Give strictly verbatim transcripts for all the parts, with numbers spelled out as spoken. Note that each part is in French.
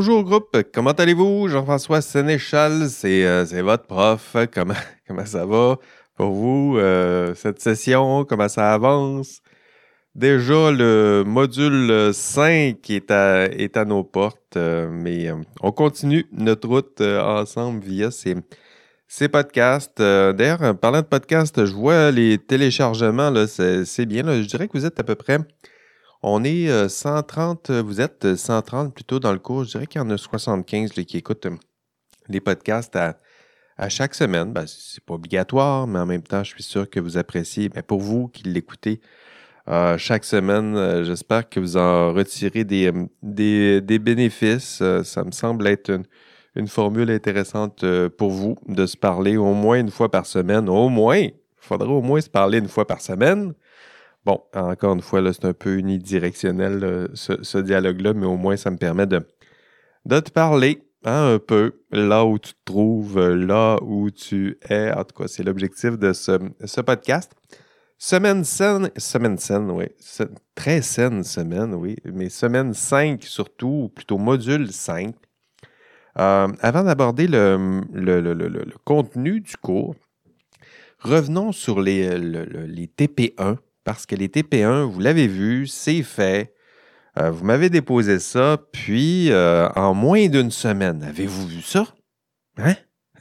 Bonjour groupe, comment allez-vous? Jean-François Sénéchal, c'est, euh, c'est votre prof. Comment, comment ça va pour vous euh, cette session? Comment ça avance? Déjà, le module cinq est à, est à nos portes, euh, mais euh, on continue notre route euh, ensemble via ces, ces podcasts. Euh, d'ailleurs, en parlant de podcasts, je vois les téléchargements, là, c'est, c'est bien. Là, je dirais que vous êtes à peu près... On est euh, cent trente, euh, vous êtes cent trente plutôt dans le cours. Je dirais qu'il y en a soixante-quinze là, qui écoutent euh, les podcasts à, à chaque semaine. Ben, c'est pas obligatoire, mais en même temps, je suis sûr que vous appréciez. Ben, pour vous qui l'écoutez euh, chaque semaine, euh, j'espère que vous en retirez des, euh, des, des bénéfices. Euh, ça me semble être une, une formule intéressante euh, pour vous de se parler au moins une fois par semaine. Au moins, il faudrait au moins se parler une fois par semaine. Bon, encore une fois, là, c'est un peu unidirectionnel, là, ce, ce dialogue-là, mais au moins, ça me permet de, de te parler hein, un peu là où tu te trouves, là où tu es. En tout cas, c'est l'objectif de ce, ce podcast. Semaine saine, semaine saine, oui. Se, très saine semaine, oui. Mais semaine cinq surtout, ou plutôt module cinq. Euh, avant d'aborder le, le, le, le, le contenu du cours, revenons sur les, le, le, les T P un. Parce que les T P un, vous l'avez vu, c'est fait. Euh, vous m'avez déposé ça, puis euh, en moins d'une semaine, avez-vous vu ça? Hein?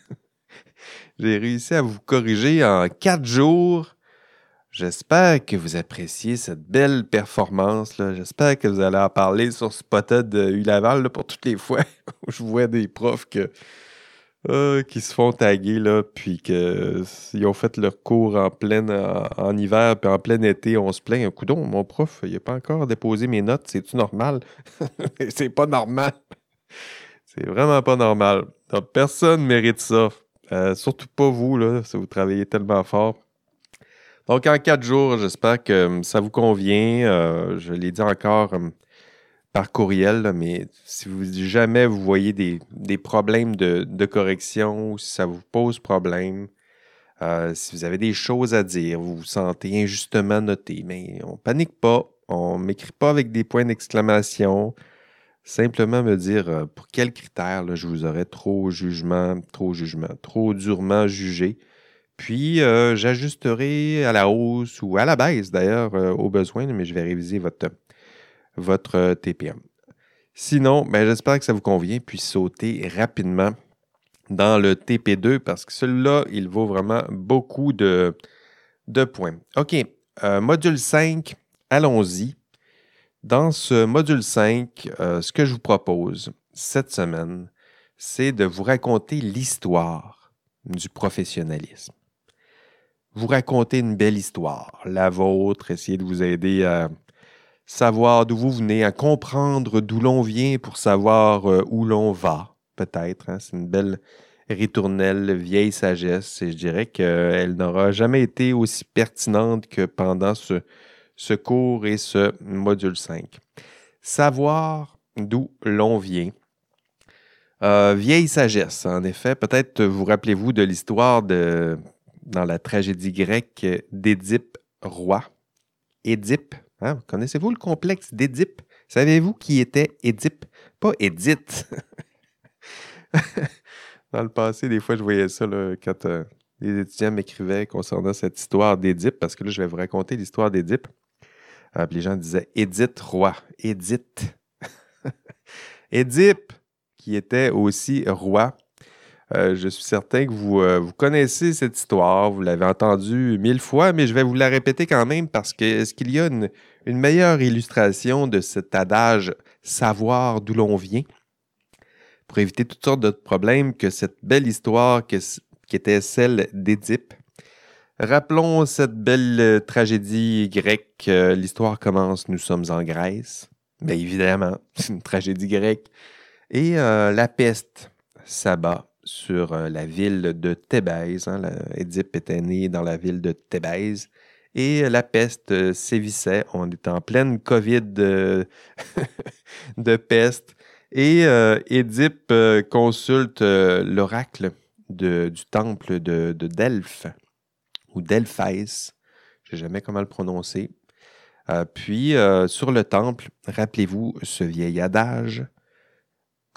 J'ai réussi à vous corriger en quatre jours. J'espère que vous appréciez cette belle performance. Là. J'espère que vous allez en parler sur Spotted U-Laval là, pour toutes les fois où je vois des profs que, euh, qui se font taguer, là, puis qu'ils ont fait leur cours en plein en, en hiver, puis en plein été, on se plaint. Coudon, mon prof, il n'a pas encore déposé mes notes, c'est-tu normal? C'est pas normal. C'est vraiment pas normal. Donc, personne ne mérite ça. Euh, surtout pas vous, là, si vous travaillez tellement fort. Donc, en quatre jours, j'espère que um, ça vous convient. Euh, je l'ai dit encore um, par courriel, là, mais si vous jamais vous voyez des, des problèmes de, de correction, ou si ça vous pose problème, euh, si vous avez des choses à dire, vous vous sentez injustement noté, mais on panique pas, on m'écrit pas avec des points d'exclamation. Simplement me dire euh, pour quels critères là, je vous aurais trop jugement, trop jugement, trop durement jugé. Puis, euh, j'ajusterai à la hausse ou à la baisse, d'ailleurs, euh, au besoin, mais je vais réviser votre, votre euh, T P M. Sinon, ben, j'espère que ça vous convient, puis sauter rapidement dans le T P deux, parce que celui-là, il vaut vraiment beaucoup de, de points. OK, euh, module cinq, allons-y. Dans ce module cinq, euh, ce que je vous propose cette semaine, c'est de vous raconter l'histoire du professionnalisme. Vous raconter une belle histoire, la vôtre, essayer de vous aider à savoir d'où vous venez, à comprendre d'où l'on vient pour savoir euh, où l'on va, peut-être. Hein? C'est une belle ritournelle, vieille sagesse, et je dirais qu'elle n'aura jamais été aussi pertinente que pendant ce, ce cours et ce module cinq. Savoir d'où l'on vient. Euh, vieille sagesse, en effet. Peut-être vous rappelez-vous de l'histoire de, dans la tragédie grecque d'Édipe roi. Édipe, hein? Connaissez-vous le complexe d'Édipe? Savez-vous qui était Édipe? Pas Édith. Dans le passé, des fois, je voyais ça là, quand euh, les étudiants m'écrivaient concernant cette histoire d'Édipe, parce que là, je vais vous raconter l'histoire d'Édipe. Euh, puis les gens disaient Édith roi. Édith. Édipe, qui était aussi roi. Euh, je suis certain que vous, euh, vous connaissez cette histoire, vous l'avez entendue mille fois, mais je vais vous la répéter quand même parce que est-ce qu'il y a une, une meilleure illustration de cet adage « savoir d'où l'on vient » pour éviter toutes sortes de problèmes que cette belle histoire que, qui était celle d'Édipe. Rappelons cette belle euh, tragédie grecque. Euh, l'histoire commence, nous sommes en Grèce. Bien évidemment, c'est une tragédie grecque. Et euh, la peste s'abat sur euh, la ville de Thébèse. Hein. La, Édipe était né dans la ville de Thébèse. Et euh, la peste euh, sévissait. On est en pleine COVID de, de peste. Et euh, Édipe euh, consulte euh, l'oracle de, du temple de, de Delphes, ou Delphès. Je ne sais jamais comment le prononcer. Euh, puis, euh, sur le temple, rappelez-vous ce vieil adage.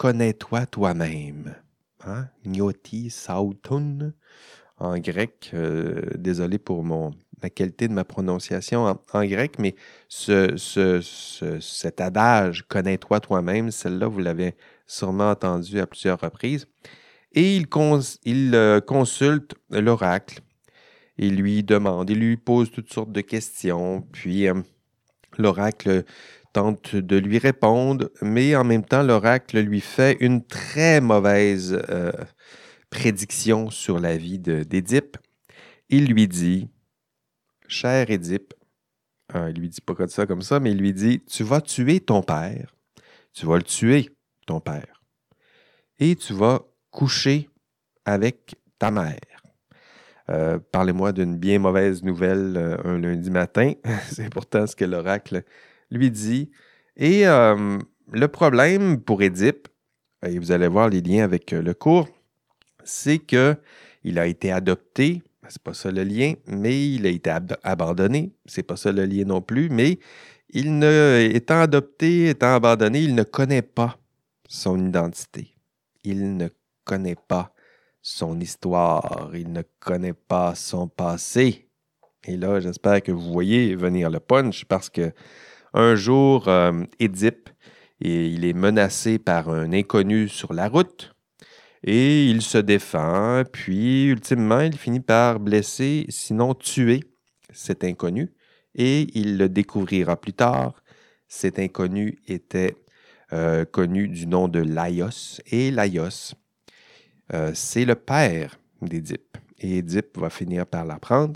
connais-toi toi-même. Hein? Gnoti sauton en grec. Euh, désolé pour mon, la qualité de ma prononciation en, en grec, mais ce, ce, ce, cet adage « connais-toi toi-même », celle-là, vous l'avez sûrement entendu à plusieurs reprises. Et il, cons, il euh, consulte l'oracle. Il lui demande, il lui pose toutes sortes de questions, puis euh, l'oracle tente de lui répondre, mais en même temps, l'oracle lui fait une très mauvaise euh, prédiction sur la vie de, d'Édipe. Il lui dit, « Cher Édipe, hein, il lui dit pas comme ça, comme ça, mais il lui dit, « Tu vas tuer ton père, tu vas le tuer, ton père, et tu vas coucher avec ta mère. » Euh, parlez-moi d'une bien mauvaise nouvelle euh, un lundi matin. C'est pourtant ce que l'oracle lui dit. Et euh, le problème pour Édipe, et vous allez voir les liens avec euh, le cours, c'est qu'il a été adopté, c'est pas ça le lien, mais il a été ab- abandonné, c'est pas ça le lien non plus, mais il ne, étant adopté, étant abandonné, il ne connaît pas son identité. Il ne connaît pas son histoire, il ne connaît pas son passé. Et là, j'espère que vous voyez venir le punch parce que un jour, euh, Édipe, et il est menacé par un inconnu sur la route et il se défend, puis ultimement, il finit par blesser, sinon tuer cet inconnu et il le découvrira plus tard. Cet inconnu était euh, connu du nom de Laios et Laios, Euh, c'est le père d'Édipe. Et Édipe va finir par l'apprendre.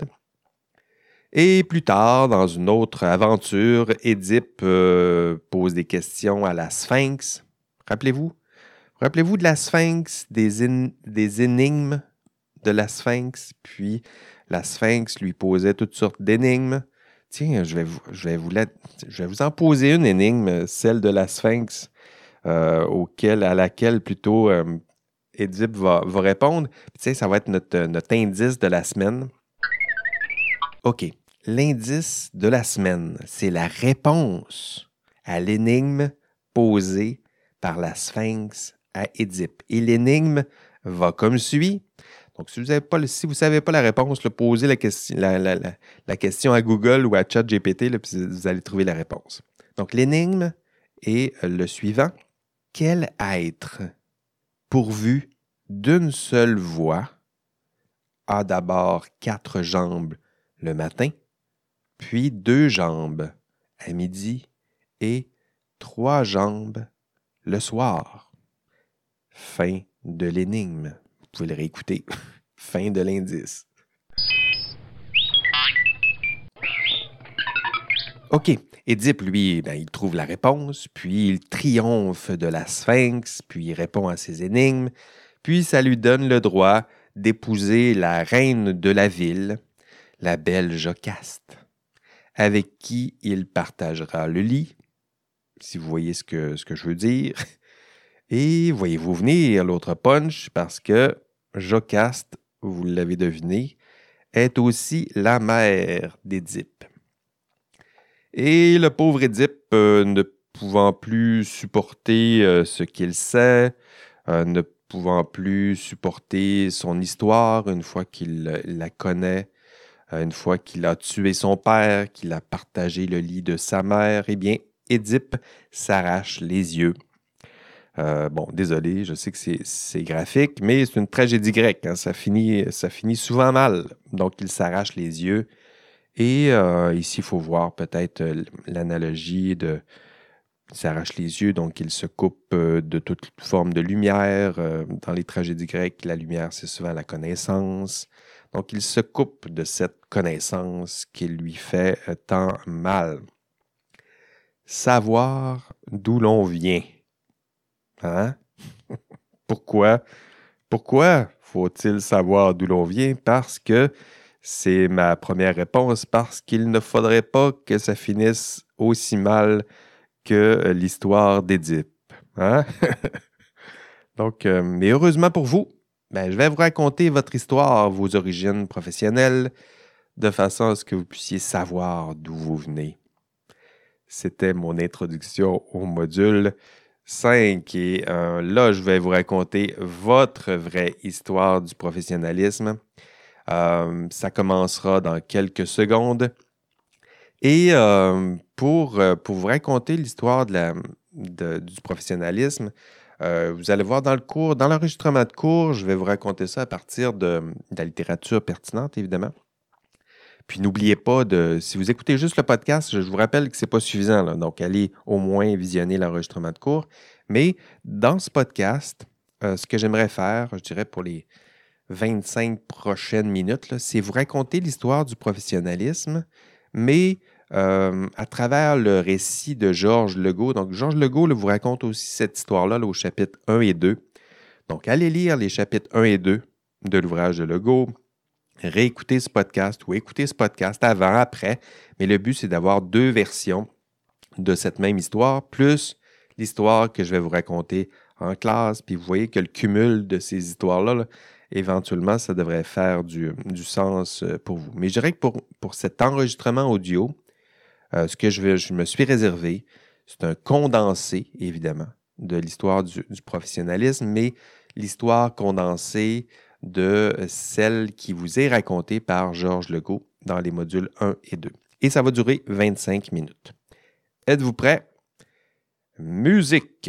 Et plus tard, dans une autre aventure, Édipe euh, pose des questions à la Sphinx. Rappelez-vous? Rappelez-vous de la Sphinx, des, in- des énigmes de la Sphinx. Puis la Sphinx lui posait toutes sortes d'énigmes. Tiens, je vais vous, je vais vous, la- je vais vous en poser une énigme, celle de la Sphinx, euh, auquel, à laquelle plutôt... Euh, Édipe va, va répondre. Puis, tu sais, ça va être notre, notre indice de la semaine. OK. L'indice de la semaine, c'est la réponse à l'énigme posée par la Sphinx à Édipe. Et l'énigme va comme suit. Donc, si vous ne si savez pas la réponse, là, posez la question, la, la, la, la question à Google ou à ChatGPT, là, puis vous allez trouver la réponse. Donc, l'énigme est le suivant. Quel être pourvu d'une seule voix, a d'abord quatre jambes le matin, puis deux jambes à midi et trois jambes le soir. Fin de l'énigme. Vous pouvez le réécouter. Fin de l'indice. OK. Édipe, lui, ben, il trouve la réponse, puis il triomphe de la Sphinx, puis il répond à ses énigmes, puis ça lui donne le droit d'épouser la reine de la ville, la belle Jocaste, avec qui il partagera le lit, si vous voyez ce que, ce que je veux dire. Et voyez-vous venir l'autre punch, parce que Jocaste, vous l'avez deviné, est aussi la mère d'Édipe. Et le pauvre Édipe, euh, ne pouvant plus supporter euh, ce qu'il sait, euh, ne pouvant plus supporter son histoire une fois qu'il euh, la connaît, euh, une fois qu'il a tué son père, qu'il a partagé le lit de sa mère, eh bien, Édipe s'arrache les yeux. Euh, bon, désolé, je sais que c'est, c'est graphique, mais c'est une tragédie grecque. Hein, ça finit, ça finit souvent mal. Donc, il s'arrache les yeux. Et euh, ici, il faut voir peut-être euh, l'analogie de il s'arrache les yeux, donc il se coupe euh, de toute forme de lumière. Euh, dans les tragédies grecques, la lumière, c'est souvent la connaissance. Donc, il se coupe de cette connaissance qui lui fait euh, tant mal. Savoir d'où l'on vient. Hein? Pourquoi? Pourquoi faut-il savoir d'où l'on vient? Parce que c'est ma première réponse, parce qu'il ne faudrait pas que ça finisse aussi mal que l'histoire d'Édipe. Hein? Donc, euh, mais heureusement pour vous, ben, je vais vous raconter votre histoire, vos origines professionnelles, de façon à ce que vous puissiez savoir d'où vous venez. C'était mon introduction au module cinq. Et euh, là, je vais vous raconter votre vraie histoire du professionnalisme. Euh, ça commencera dans quelques secondes. Et euh, pour, euh, pour vous raconter l'histoire de la, de- du professionnalisme, euh, vous allez voir dans le cours, dans l'enregistrement de cours, je vais vous raconter ça à partir de, de la littérature pertinente, évidemment. Puis n'oubliez pas de, si vous écoutez juste le podcast, je vous rappelle que ce n'est pas suffisant, là. Donc allez au moins visionner l'enregistrement de cours. Mais dans ce podcast, euh, ce que j'aimerais faire, je dirais pour les vingt-cinq prochaines minutes, là, c'est vous raconter l'histoire du professionnalisme, mais euh, à travers le récit de Georges Legault. Donc, Georges Legault là, vous raconte aussi cette histoire-là là, au chapitre un et deux. Donc, allez lire les chapitres un et deux de l'ouvrage de Legault, réécouter ce podcast ou écouter ce podcast avant, après. Mais le but, c'est d'avoir deux versions de cette même histoire, plus l'histoire que je vais vous raconter en classe. Puis vous voyez que le cumul de ces histoires-là, là, éventuellement, ça devrait faire du, du sens pour vous. Mais je dirais que pour, pour cet enregistrement audio, euh, ce que je, vais, je me suis réservé, c'est un condensé, évidemment, de l'histoire du, du professionnalisme, mais l'histoire condensée de celle qui vous est racontée par Georges Legault dans les modules un et deux. Et ça va durer vingt-cinq minutes. Êtes-vous prêts? Musique!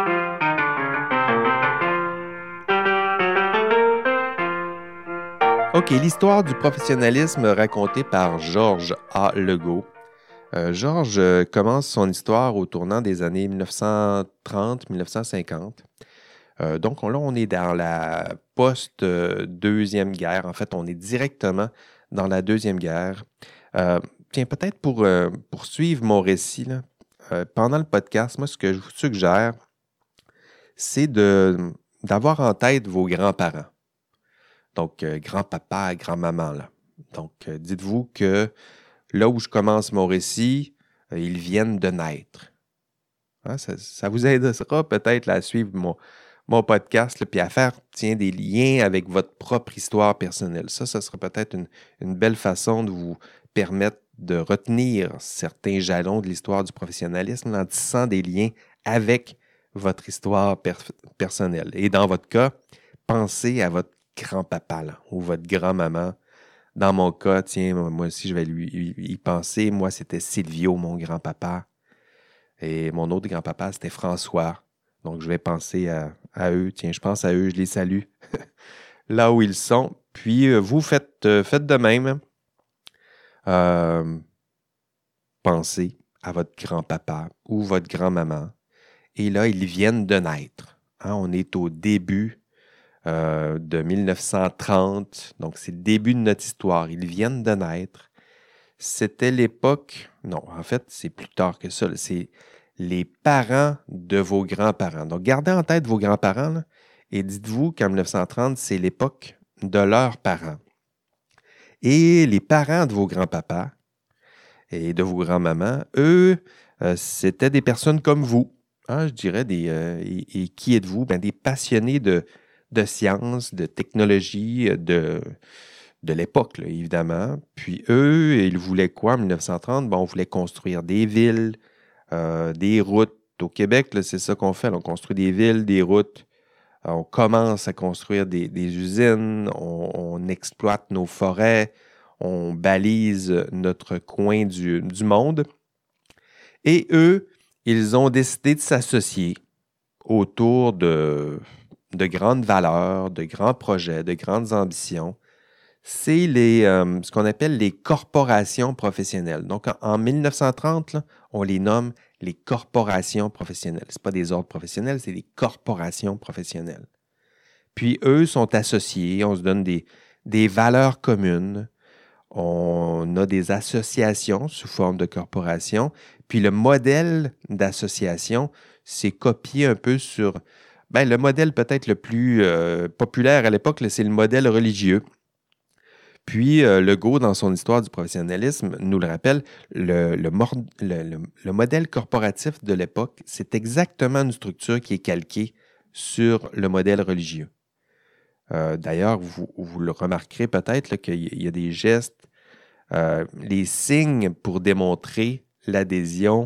OK, l'histoire du professionnalisme racontée par Georges A. Legault. Euh, Georges euh, commence son histoire au tournant des années mille neuf cent trente mille neuf cent cinquante. Euh, donc là, on est dans la post-deuxième guerre. En fait, on est directement dans la Deuxième Guerre. Euh, tiens, peut-être pour euh, poursuivre mon récit, là, euh, pendant le podcast, moi, ce que je vous suggère, c'est de, d'avoir en tête vos grands-parents. Donc, euh, grand-papa, grand-maman, là. Donc, euh, dites-vous que là où je commence mon récit, euh, ils viennent de naître. Hein, ça, ça vous aidera peut-être là, à suivre mon, mon podcast, là, puis à faire tiens, des liens avec votre propre histoire personnelle. Ça, ça sera peut-être une, une belle façon de vous permettre de retenir certains jalons de l'histoire du professionnalisme en tissant des liens avec votre histoire per- personnelle. Et dans votre cas, pensez à votre grand-papa là, ou votre grand-maman. Dans mon cas, tiens, moi aussi, je vais lui y penser. Moi, c'était Silvio, mon grand-papa. Et mon autre grand-papa, c'était François. Donc, je vais penser à, à eux. Tiens, je pense à eux, je les salue là où ils sont. Puis, euh, vous faites, euh, faites de même. Euh, pensez à votre grand-papa ou votre grand-maman. Et là, ils viennent de naître. Hein, on est au début euh, de mille neuf cent trente. Donc, c'est le début de notre histoire. Ils viennent de naître. C'était l'époque... Non, en fait, c'est plus tard que ça. C'est les parents de vos grands-parents. Donc, gardez en tête vos grands-parents là, et dites-vous qu'en mille neuf cent trente, c'est l'époque de leurs parents. Et les parents de vos grands-papas et de vos grands-mamans, eux, euh, c'était des personnes comme vous. Hein, je dirais des... Euh, et, et qui êtes-vous? Ben, des passionnés de, de sciences, de technologie, de... de l'époque, là, évidemment. Puis eux, ils voulaient quoi en mille neuf cent trente? Bon, on voulait construire des villes, euh, des routes. Au Québec, là, c'est ça qu'on fait. Là, on construit des villes, des routes. Euh, on commence à construire des, des usines. On, on exploite nos forêts. On balise notre coin du, du monde. Et eux, ils ont décidé de s'associer autour de, de grandes valeurs, de grands projets, de grandes ambitions. C'est les, euh, ce qu'on appelle les corporations professionnelles. Donc, en, en mille neuf cent trente, là, on les nomme les corporations professionnelles. Ce pas des ordres professionnels, c'est des corporations professionnelles. Puis, eux sont associés, on se donne des, des valeurs communes, on a des associations sous forme de corporations, puis le modèle d'association, c'est copié un peu sur... Ben, le modèle peut-être le plus euh, populaire à l'époque, là, c'est le modèle religieux. Puis, euh, Legault, dans son histoire du professionnalisme, nous le rappelle, le, le, mor- le, le, le modèle corporatif de l'époque, c'est exactement une structure qui est calquée sur le modèle religieux. Euh, d'ailleurs, vous, vous le remarquerez peut-être là, qu'il y a des gestes, euh, les signes pour démontrer l'adhésion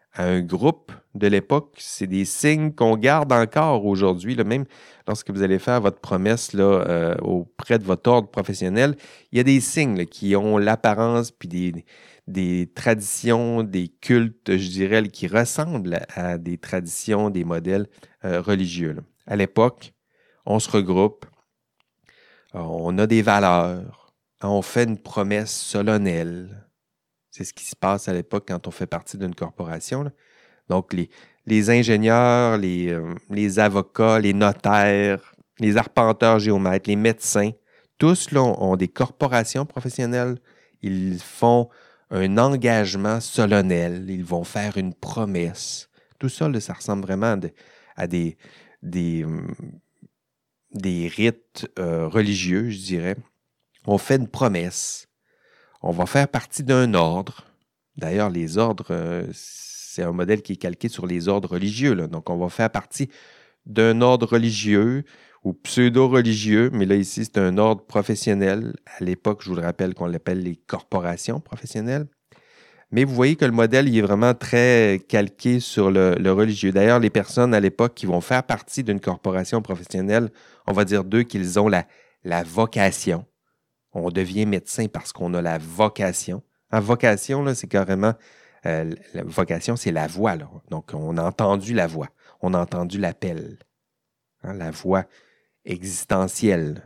à un groupe de l'époque. C'est des signes qu'on garde encore aujourd'hui. Là, même lorsque vous allez faire votre promesse là, euh, auprès de votre ordre professionnel, il y a des signes là, qui ont l'apparence puis des, des traditions, des cultes, je dirais, qui ressemblent à des traditions, des modèles euh, religieux. Là. À l'époque, on se regroupe, on a des valeurs, on fait une promesse solennelle. C'est ce qui se passe à l'époque quand on fait partie d'une corporation. Là. Donc, les, les ingénieurs, les, euh, les avocats, les notaires, les arpenteurs géomètres, les médecins, tous là, ont des corporations professionnelles. Ils font un engagement solennel. Ils vont faire une promesse. Tout ça, là, ça ressemble vraiment à des, à des, des, des rites euh, religieux, je dirais. On fait une promesse. On va faire partie d'un ordre. D'ailleurs, les ordres, euh, c'est un modèle qui est calqué sur les ordres religieux. Là. Donc, on va faire partie d'un ordre religieux ou pseudo-religieux, mais là, ici, c'est un ordre professionnel. À l'époque, je vous le rappelle qu'on l'appelle les corporations professionnelles. Mais vous voyez que le modèle, il est vraiment très calqué sur le, le religieux. D'ailleurs, les personnes à l'époque qui vont faire partie d'une corporation professionnelle, on va dire d'eux qu'ils ont la, la vocation. On devient médecin parce qu'on a la vocation. En vocation, là, c'est carrément... Euh, la vocation, c'est la voix. Là. Donc, on a entendu la voix. On a entendu l'appel. Hein, la voix existentielle.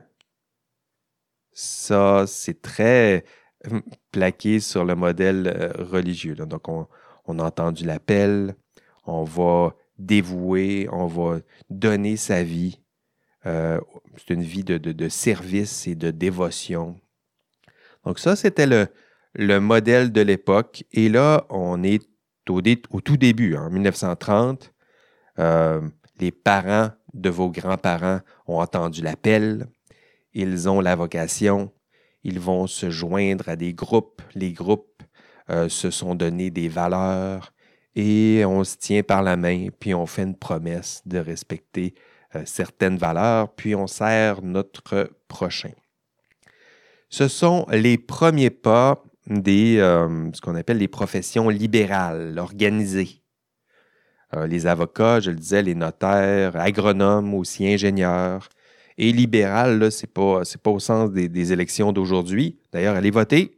Ça, c'est très plaqué sur le modèle euh, religieux. Là. Donc, on, on a entendu l'appel. On va dévouer. On va donner sa vie. Euh, c'est une vie de, de, de service et de dévotion. Donc ça, c'était le, le modèle de l'époque. Et là, on est au, dé, au tout début, en dix-neuf cent trente. Euh, les parents de vos grands-parents ont entendu l'appel. Ils ont la vocation. Ils vont se joindre à des groupes. Les groupes euh, se sont donnés des valeurs. Et on se tient par la main, puis on fait une promesse de respecter euh, certaines valeurs, puis on sert notre prochain. Ce sont les premiers pas des, euh, ce qu'on appelle les professions libérales, organisées. Euh, les avocats, je le disais, les notaires, agronomes aussi, ingénieurs. Et libéral, là, c'est pas, c'est pas au sens des, des élections d'aujourd'hui. D'ailleurs, allez voter.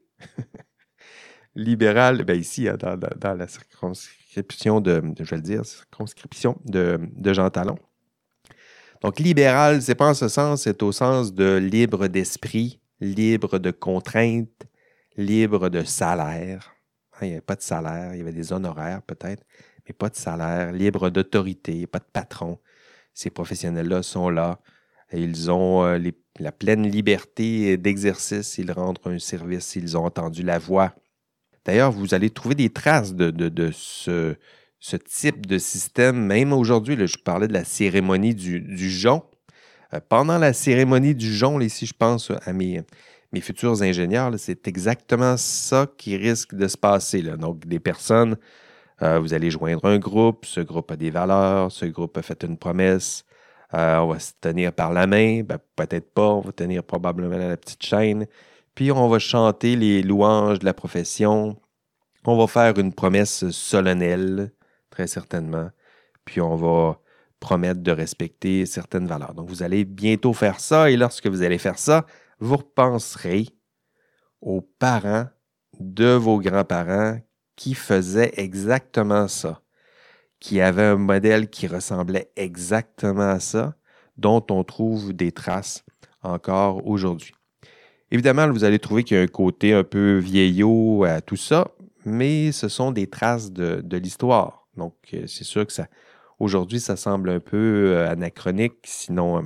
Libéral, ben ici, dans, dans, dans la circonscription de, je vais le dire, circonscription de, de Jean Talon. Donc, libéral, c'est pas en ce sens, c'est au sens de libre d'esprit, libre de contraintes, libre de salaire. Hein, il n'y avait pas de salaire, il y avait des honoraires peut-être, mais pas de salaire, libre d'autorité, pas de patron. Ces professionnels-là sont là. Et ils ont euh, les, la pleine liberté d'exercice, ils rendent un service, ils ont entendu la voix. D'ailleurs, vous allez trouver des traces de, de, de ce, ce type de système, même aujourd'hui. Là, je parlais de la cérémonie du, du jonc. Euh, pendant la cérémonie du jonc, là, ici, je pense à mes, mes futurs ingénieurs, là, c'est exactement ça qui risque de se passer. Là. Donc, des personnes, euh, vous allez joindre un groupe, ce groupe a des valeurs, ce groupe a fait une promesse, euh, on va se tenir par la main, ben, peut-être pas, on va tenir probablement la petite chaîne, puis on va chanter les louanges de la profession, on va faire une promesse solennelle, très certainement, puis on va promettre de respecter certaines valeurs. Donc, vous allez bientôt faire ça, et lorsque vous allez faire ça, vous repenserez aux parents de vos grands-parents qui faisaient exactement ça, qui avaient un modèle qui ressemblait exactement à ça, dont on trouve des traces encore aujourd'hui. Évidemment, vous allez trouver qu'il y a un côté un peu vieillot à tout ça, mais ce sont des traces de, de l'histoire. Donc, c'est sûr que ça, aujourd'hui, ça semble un peu anachronique, sinon euh,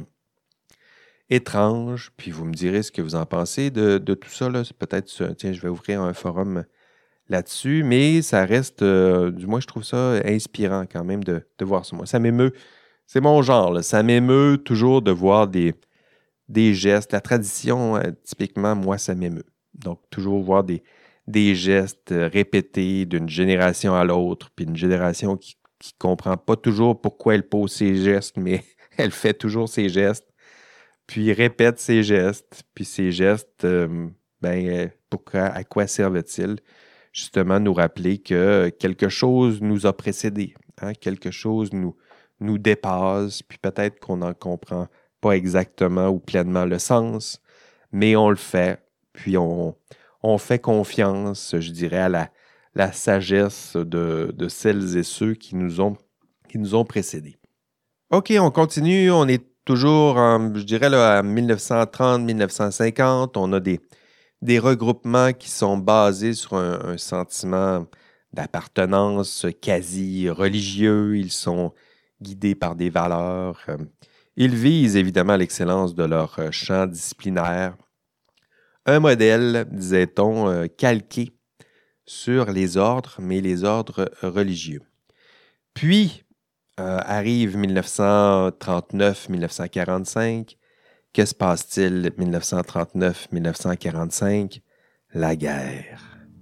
étrange. Puis vous me direz ce que vous en pensez de, de tout ça. Là. C'est peut-être, tiens, je vais ouvrir un forum là-dessus, mais ça reste, euh, du moins, je trouve ça inspirant quand même de, de voir ça. Moi, ça m'émeut. C'est mon genre. Là. Ça m'émeut toujours de voir des, des gestes. La tradition, euh, typiquement, moi, ça m'émeut. Donc, toujours voir des, des gestes répétés d'une génération à l'autre, puis une génération qui qui ne comprend pas toujours pourquoi elle pose ses gestes, mais elle fait toujours ses gestes, puis répète ses gestes, puis ses gestes, euh, ben, pourquoi, à quoi servent-ils? justement nous rappeler que quelque chose nous a précédés, hein, quelque chose nous, nous dépasse, puis peut-être qu'on n'en comprend pas exactement ou pleinement le sens, mais on le fait, puis on, on fait confiance, je dirais, à la, la sagesse de, de celles et ceux qui nous ont, qui nous ont précédés. OK, on continue, on est toujours, en, je dirais, là, à dix-neuf cent trente à dix-neuf cent cinquante, on a des, des regroupements qui sont basés sur un, un sentiment d'appartenance quasi religieux, ils sont guidés par des valeurs, ils visent évidemment l'excellence de leur champ disciplinaire, un modèle, disait-on, calqué sur les ordres, mais les ordres religieux. Puis, euh, arrive dix-neuf cent trente-neuf à dix-neuf cent quarante-cinq. Que se passe-t-il dix-neuf cent trente-neuf à dix-neuf cent quarante-cinq? La guerre.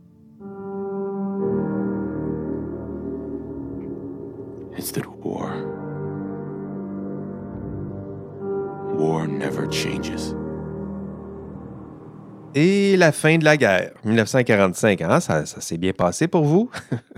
It's the war. War never changes. Et la fin de la guerre. dix-neuf cent quarante-cinq, hein? ça, ça s'est bien passé pour vous?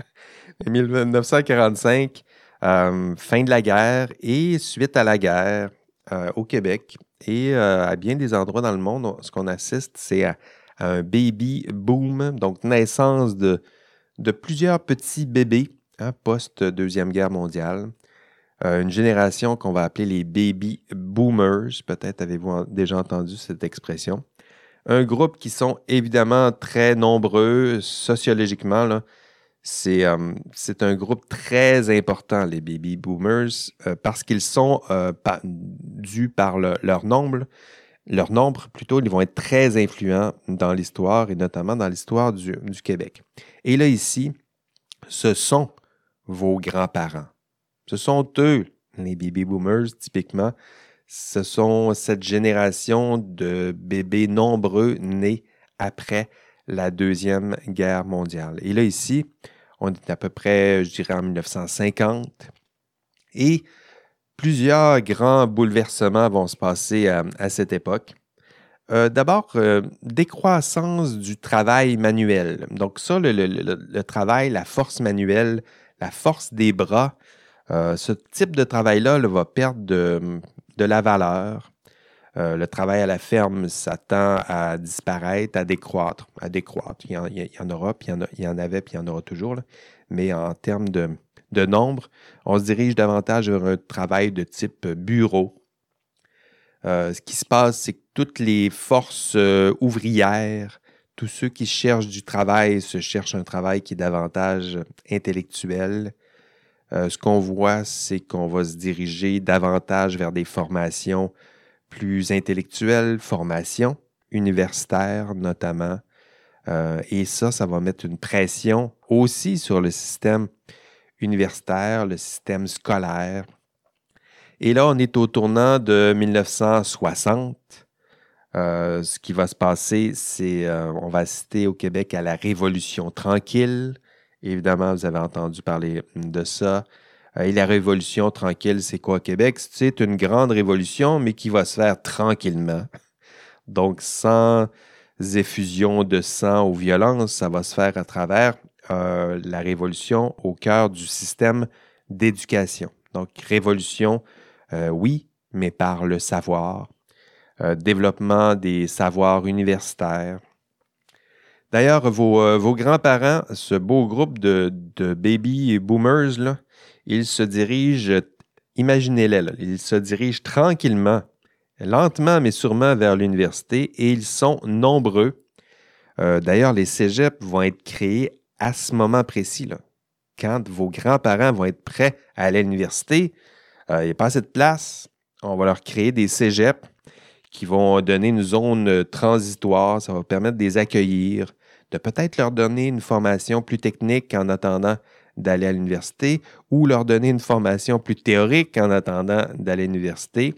dix-neuf cent quarante-cinq, euh, fin de la guerre et suite à la guerre euh, au Québec et euh, à bien des endroits dans le monde, ce qu'on assiste, c'est à, à un baby boom, donc naissance de, de plusieurs petits bébés hein, post-Deuxième Guerre mondiale. Euh, une génération qu'on va appeler les baby boomers. Peut-être avez-vous en, déjà entendu cette expression. Un groupe qui sont évidemment très nombreux sociologiquement. Là, c'est, euh, c'est un groupe très important, les baby boomers, euh, parce qu'ils sont euh, pa- dus par le- leur nombre. Leur nombre, plutôt, ils vont être très influents dans l'histoire et notamment dans l'histoire du, du Québec. Et là, ici, ce sont vos grands-parents. Ce sont eux, les baby boomers, typiquement. Ce sont cette génération de bébés nombreux nés après la Deuxième Guerre mondiale. Et là, ici, on est à peu près, je dirais, en dix-neuf cent cinquante. Et plusieurs grands bouleversements vont se passer à, à cette époque. Euh, d'abord, euh, décroissance du travail manuel. Donc ça, le, le, le, le travail, la force manuelle, la force des bras, euh, ce type de travail-là là, va perdre de, de la valeur. Euh, le travail à la ferme s'attend à disparaître, à décroître, à décroître. Il y en, il y en aura, puis il y en, a, il y en avait, puis il y en aura toujours. Là. Mais en termes de, de nombre, on se dirige davantage vers un travail de type bureau. Euh, ce qui se passe, c'est que toutes les forces euh, ouvrières, tous ceux qui cherchent du travail se cherchent un travail qui est davantage intellectuel. Euh, ce qu'on voit, c'est qu'on va se diriger davantage vers des formations plus intellectuelles, formations universitaires notamment. Euh, et ça, ça va mettre une pression aussi sur le système universitaire, le système scolaire. Et là, on est au tournant de dix-neuf cent soixante. Euh, ce qui va se passer, c'est euh, on va assister au Québec à la Révolution tranquille. Évidemment, vous avez entendu parler de ça. Euh, et la Révolution tranquille, c'est quoi au Québec? C'est une grande révolution, mais qui va se faire tranquillement. Donc, sans effusion de sang ou violence, ça va se faire à travers euh, la révolution au cœur du système d'éducation. Donc, révolution, euh, oui, mais par le savoir. Euh, développement des savoirs universitaires. D'ailleurs, vos, euh, vos grands-parents, ce beau groupe de, de baby boomers, là, ils se dirigent, imaginez-les, là, ils se dirigent tranquillement, lentement mais sûrement vers l'université et ils sont nombreux. Euh, d'ailleurs, les cégeps vont être créés à ce moment précis, là. Quand vos grands-parents vont être prêts à aller à l'université, euh, il n'y a pas assez de place, on va leur créer des cégeps qui vont donner une zone transitoire. Ça va permettre de les accueillir, de peut-être leur donner une formation plus technique en attendant d'aller à l'université ou leur donner une formation plus théorique en attendant d'aller à l'université.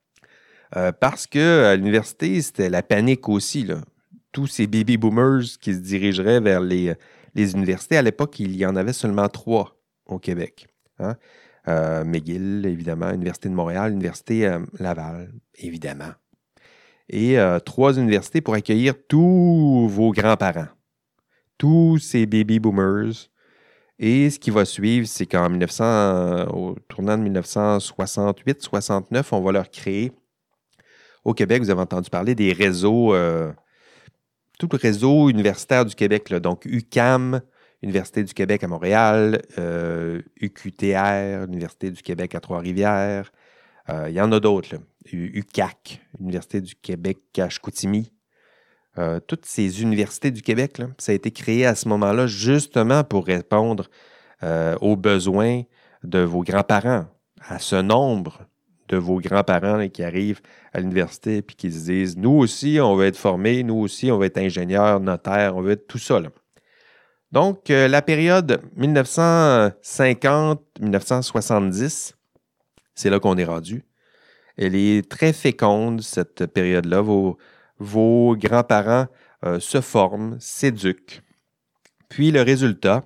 Euh, parce qu'à l'université, c'était la panique aussi, là. Tous ces baby boomers qui se dirigeraient vers les, les universités. À l'époque, il y en avait seulement trois au Québec. Hein? Euh, McGill, évidemment, Université de Montréal, Université euh, Laval, évidemment. Et euh, trois universités pour accueillir tous vos grands-parents. tous ces baby boomers. Et ce qui va suivre, c'est qu'en mille neuf cents, au tournant de dix-neuf cent soixante-huit soixante-neuf, on va leur créer, au Québec, vous avez entendu parler des réseaux, euh, tout le réseau universitaire du Québec, là, donc U Q A M, Université du Québec à Montréal, euh, U Q T R, Université du Québec à Trois-Rivières. Euh, il y en a d'autres, là. U Q A C, Université du Québec à Chicoutimi. Euh, toutes ces universités du Québec, là, ça a été créé à ce moment-là justement pour répondre euh, aux besoins de vos grands-parents, à ce nombre de vos grands-parents là, qui arrivent à l'université et qui se disent « Nous aussi, on veut être formés, nous aussi, on veut être ingénieurs, notaires, on veut être tout ça. » Donc, euh, la période dix-neuf cent cinquante à dix-neuf cent soixante-dix, c'est là qu'on est rendu. Elle est très féconde, cette période-là. Vos, vos grands-parents euh, se forment, s'éduquent. Puis le résultat,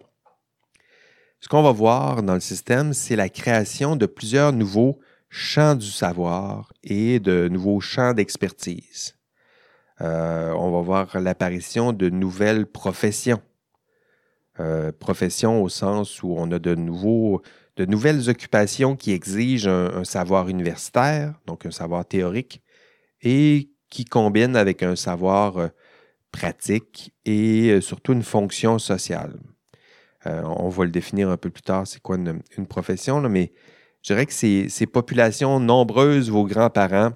ce qu'on va voir dans le système, c'est la création de plusieurs nouveaux champs du savoir et de nouveaux champs d'expertise. Euh, on va voir l'apparition de nouvelles professions. Euh, professions au sens où on a de, nouveaux, de nouvelles occupations qui exigent un, un savoir universitaire, donc un savoir théorique, et qui combinent avec un savoir euh, pratique et euh, surtout une fonction sociale. Euh, on va le définir un peu plus tard, c'est quoi une, une profession, là, mais je dirais que ces, ces populations nombreuses, vos grands-parents,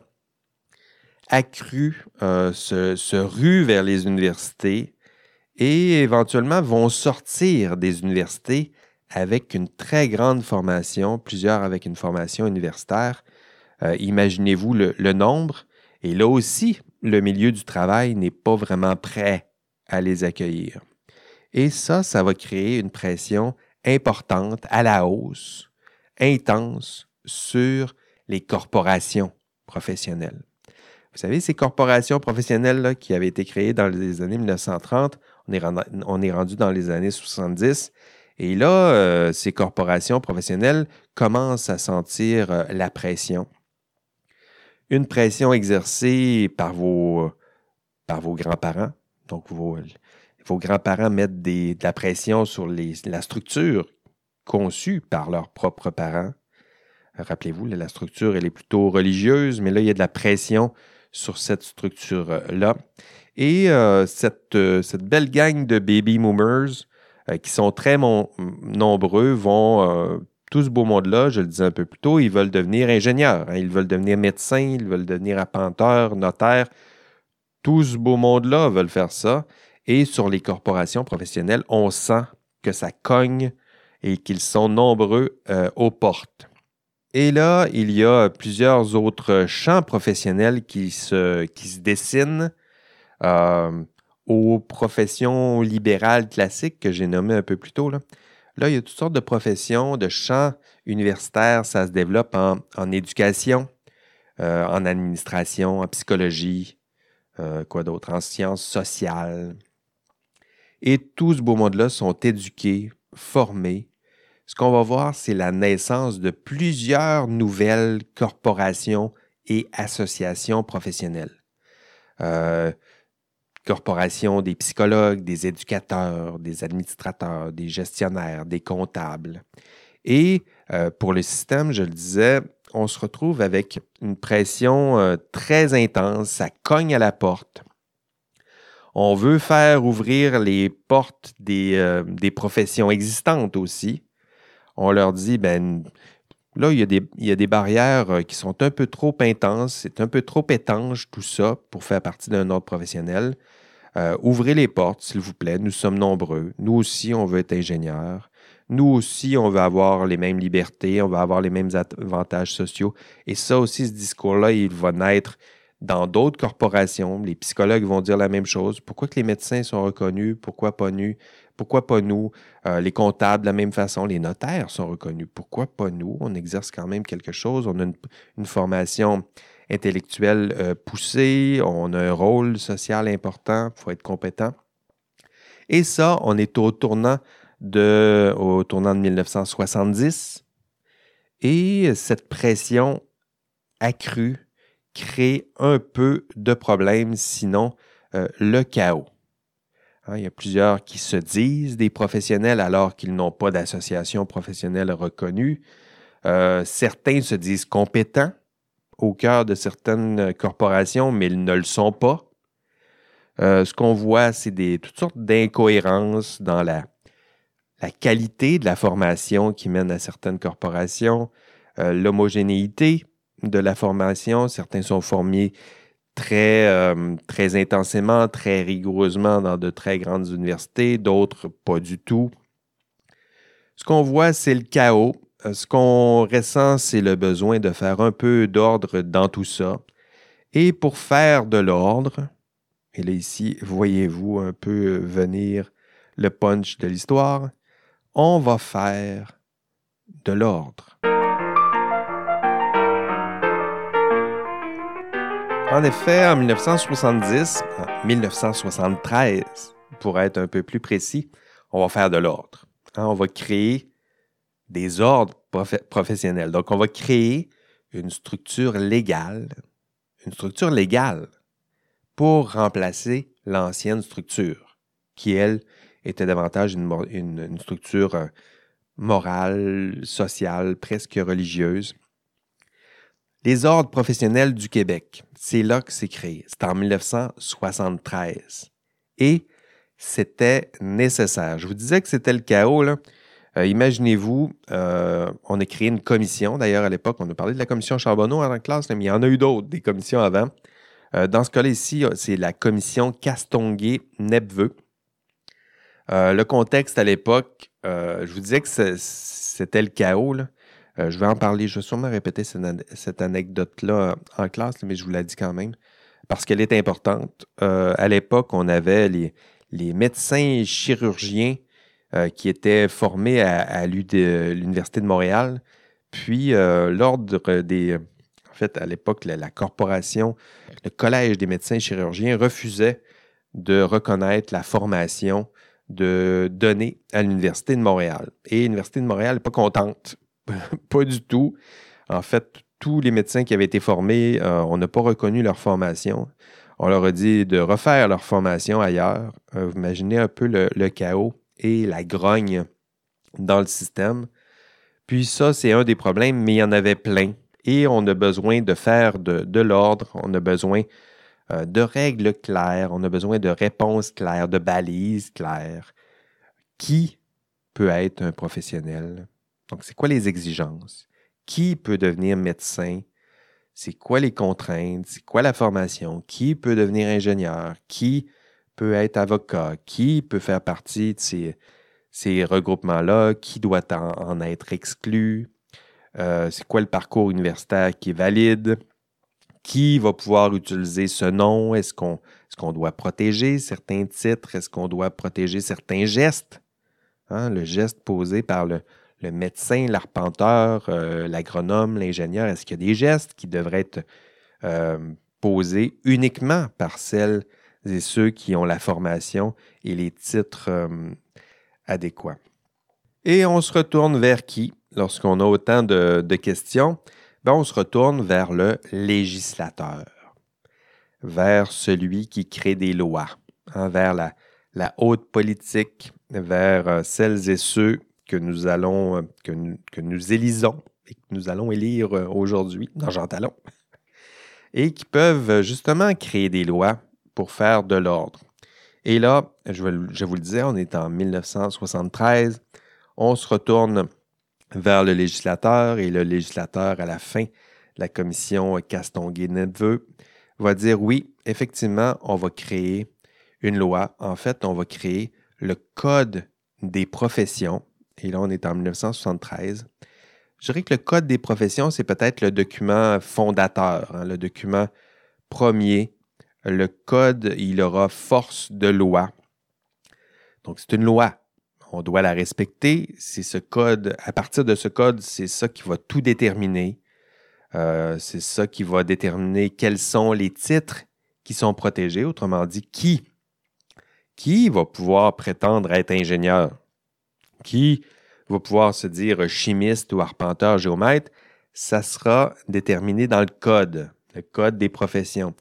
accrues, euh, se, se ruent vers les universités et éventuellement vont sortir des universités avec une très grande formation, plusieurs avec une formation universitaire. Euh, imaginez-vous le, le nombre. Et là aussi, le milieu du travail n'est pas vraiment prêt à les accueillir. Et ça, ça va créer une pression importante, à la hausse, intense, sur les corporations professionnelles. Vous savez, ces corporations professionnelles là, qui avaient été créées dans les années dix-neuf cent trente, on est rendu, on est rendu dans les années soixante-dix, et là, euh, ces corporations professionnelles commencent à sentir euh, la pression. Une pression exercée par vos, par vos grands-parents. Donc, vos, vos grands-parents mettent des, de la pression sur les, la structure conçue par leurs propres parents. Rappelez-vous, la structure, elle est plutôt religieuse, mais là, il y a de la pression sur cette structure-là. Et euh, cette, euh, cette belle gang de baby boomers, euh, qui sont très mon- nombreux, vont, euh, tout ce beau monde-là, je le disais un peu plus tôt, ils veulent devenir ingénieurs, hein, ils veulent devenir médecins, ils veulent devenir appenteurs, notaires. Tout ce beau monde-là veulent faire ça. Et sur les corporations professionnelles, on sent que ça cogne et qu'ils sont nombreux euh, aux portes. Et là, il y a plusieurs autres champs professionnels qui se, qui se dessinent euh, aux professions libérales classiques que j'ai nommées un peu plus tôt. Là. là, il y a toutes sortes de professions, de champs universitaires. Ça se développe en, en éducation, euh, en administration, en psychologie, euh, quoi d'autre, en sciences sociales. Et tout ce beau monde-là sont éduqués, formés. Ce qu'on va voir, c'est la naissance de plusieurs nouvelles corporations et associations professionnelles. Euh, corporations des psychologues, des éducateurs, des administrateurs, des gestionnaires, des comptables. Et euh, pour le système, je le disais, on se retrouve avec une pression euh, très intense, ça cogne à la porte. On veut faire ouvrir les portes des, euh, des professions existantes aussi. On leur dit, ben là, il y a des, il y a des barrières qui sont un peu trop intenses, c'est un peu trop étanche tout ça pour faire partie d'un ordre professionnel. Euh, ouvrez les portes, s'il vous plaît, nous sommes nombreux. Nous aussi, on veut être ingénieurs. Nous aussi, on veut avoir les mêmes libertés, on veut avoir les mêmes avantages sociaux. Et ça aussi, ce discours-là, il va naître dans d'autres corporations. Les psychologues vont dire la même chose. Pourquoi que les médecins sont reconnus? Pourquoi pas nous? Pourquoi pas nous? Euh, les comptables, de la même façon. Les notaires sont reconnus. Pourquoi pas nous? On exerce quand même quelque chose. On a une, une formation intellectuelle euh, poussée. On a un rôle social important. Il faut être compétent. Et ça, on est au tournant de, au tournant de dix-neuf cent soixante-dix. Et cette pression accrue crée un peu de problèmes, sinon euh, le chaos. Hein, il y a plusieurs qui se disent des professionnels alors qu'ils n'ont pas d'association professionnelle reconnue. Euh, certains se disent compétents au cœur de certaines corporations, mais ils ne le sont pas. Euh, ce qu'on voit, c'est des, toutes sortes d'incohérences dans la, la qualité de la formation qui mène à certaines corporations, euh, l'homogénéité de la formation. Certains sont formés très, euh, très intensément, très rigoureusement dans de très grandes universités, d'autres pas du tout. Ce qu'on voit, c'est le chaos. Ce qu'on ressent, c'est le besoin de faire un peu d'ordre dans tout ça. Et pour faire de l'ordre, et là ici, voyez-vous un peu venir le punch de l'histoire, on va faire de l'ordre. En effet, en dix-neuf cent soixante-dix, en dix-neuf cent soixante-treize, pour être un peu plus précis, on va faire de l'ordre. Hein, on va créer des ordres prof- professionnels. Donc, on va créer une structure légale, une structure légale pour remplacer l'ancienne structure, qui, elle, était davantage une, une, une structure euh, morale, sociale, presque religieuse. Les ordres professionnels du Québec, c'est là que c'est créé. C'est en dix-neuf cent soixante-treize. Et c'était nécessaire. Je vous disais que c'était le chaos, là. Euh, imaginez-vous, euh, on a créé une commission. D'ailleurs, à l'époque, on a parlé de la commission Charbonneau en classe, là, mais il y en a eu d'autres, des commissions avant. Euh, dans ce cas-là ici, c'est la commission Castonguay-Nepveux. Euh, le contexte à l'époque, euh, je vous disais que c'était le chaos, là. Euh, je vais en parler, je vais sûrement répéter cette, cette anecdote-là en classe, mais je vous la dis quand même, parce qu'elle est importante. Euh, à l'époque, on avait les, les médecins chirurgiens euh, qui étaient formés à, à l'Université de Montréal, puis euh, l'ordre des... En fait, à l'époque, la, la corporation, le Collège des médecins chirurgiens refusait de reconnaître la formation de données à l'Université de Montréal. Et l'Université de Montréal n'est pas contente. Pas du tout. En fait, tous les médecins qui avaient été formés, euh, on n'a pas reconnu leur formation. On leur a dit de refaire leur formation ailleurs. Euh, vous imaginez un peu le, le chaos et la grogne dans le système. Puis ça, c'est un des problèmes, mais il y en avait plein. Et on a besoin de faire de, de l'ordre, on a besoin euh, de règles claires, on a besoin de réponses claires, de balises claires. Qui peut être un professionnel? Donc, c'est quoi les exigences? Qui peut devenir médecin? C'est quoi les contraintes? C'est quoi la formation? Qui peut devenir ingénieur? Qui peut être avocat? Qui peut faire partie de ces, ces regroupements-là? Qui doit en, en être exclu? Euh, c'est quoi le parcours universitaire qui est valide? Qui va pouvoir utiliser ce nom? Est-ce qu'on, est-ce qu'on doit protéger certains titres? Est-ce qu'on doit protéger certains gestes? Hein, le geste posé par le, le médecin, l'arpenteur, euh, l'agronome, l'ingénieur, est-ce qu'il y a des gestes qui devraient être euh, posés uniquement par celles et ceux qui ont la formation et les titres euh, adéquats? Et on se retourne vers qui lorsqu'on a autant de, de questions? Ben, on se retourne vers le législateur, vers celui qui crée des lois, hein, vers la, la haute politique, vers euh, celles et ceux que nous allons, euh, que, nous, que nous élisons et que nous allons élire euh, aujourd'hui dans Jean Talon, et qui peuvent justement créer des lois pour faire de l'ordre. Et là, je, je vous le disais, on est en dix-neuf cent soixante-treize, on se retourne vers le législateur, et le législateur, à la fin de la commission Castonguay-Nepveux, va dire oui, effectivement, on va créer une loi. En fait, on va créer le Code des professions. Et là, on est en dix-neuf cent soixante-treize. Je dirais que le Code des professions, c'est peut-être le document fondateur, hein, le document premier. Le Code, il aura force de loi. Donc, c'est une loi. On doit la respecter. C'est ce code, à partir de ce code, c'est ça qui va tout déterminer. Euh, c'est ça qui va déterminer quels sont les titres qui sont protégés. Autrement dit, qui, qui va pouvoir prétendre être ingénieur? Qui va pouvoir se dire chimiste ou arpenteur, géomètre? Ça sera déterminé dans le code, le code des professions.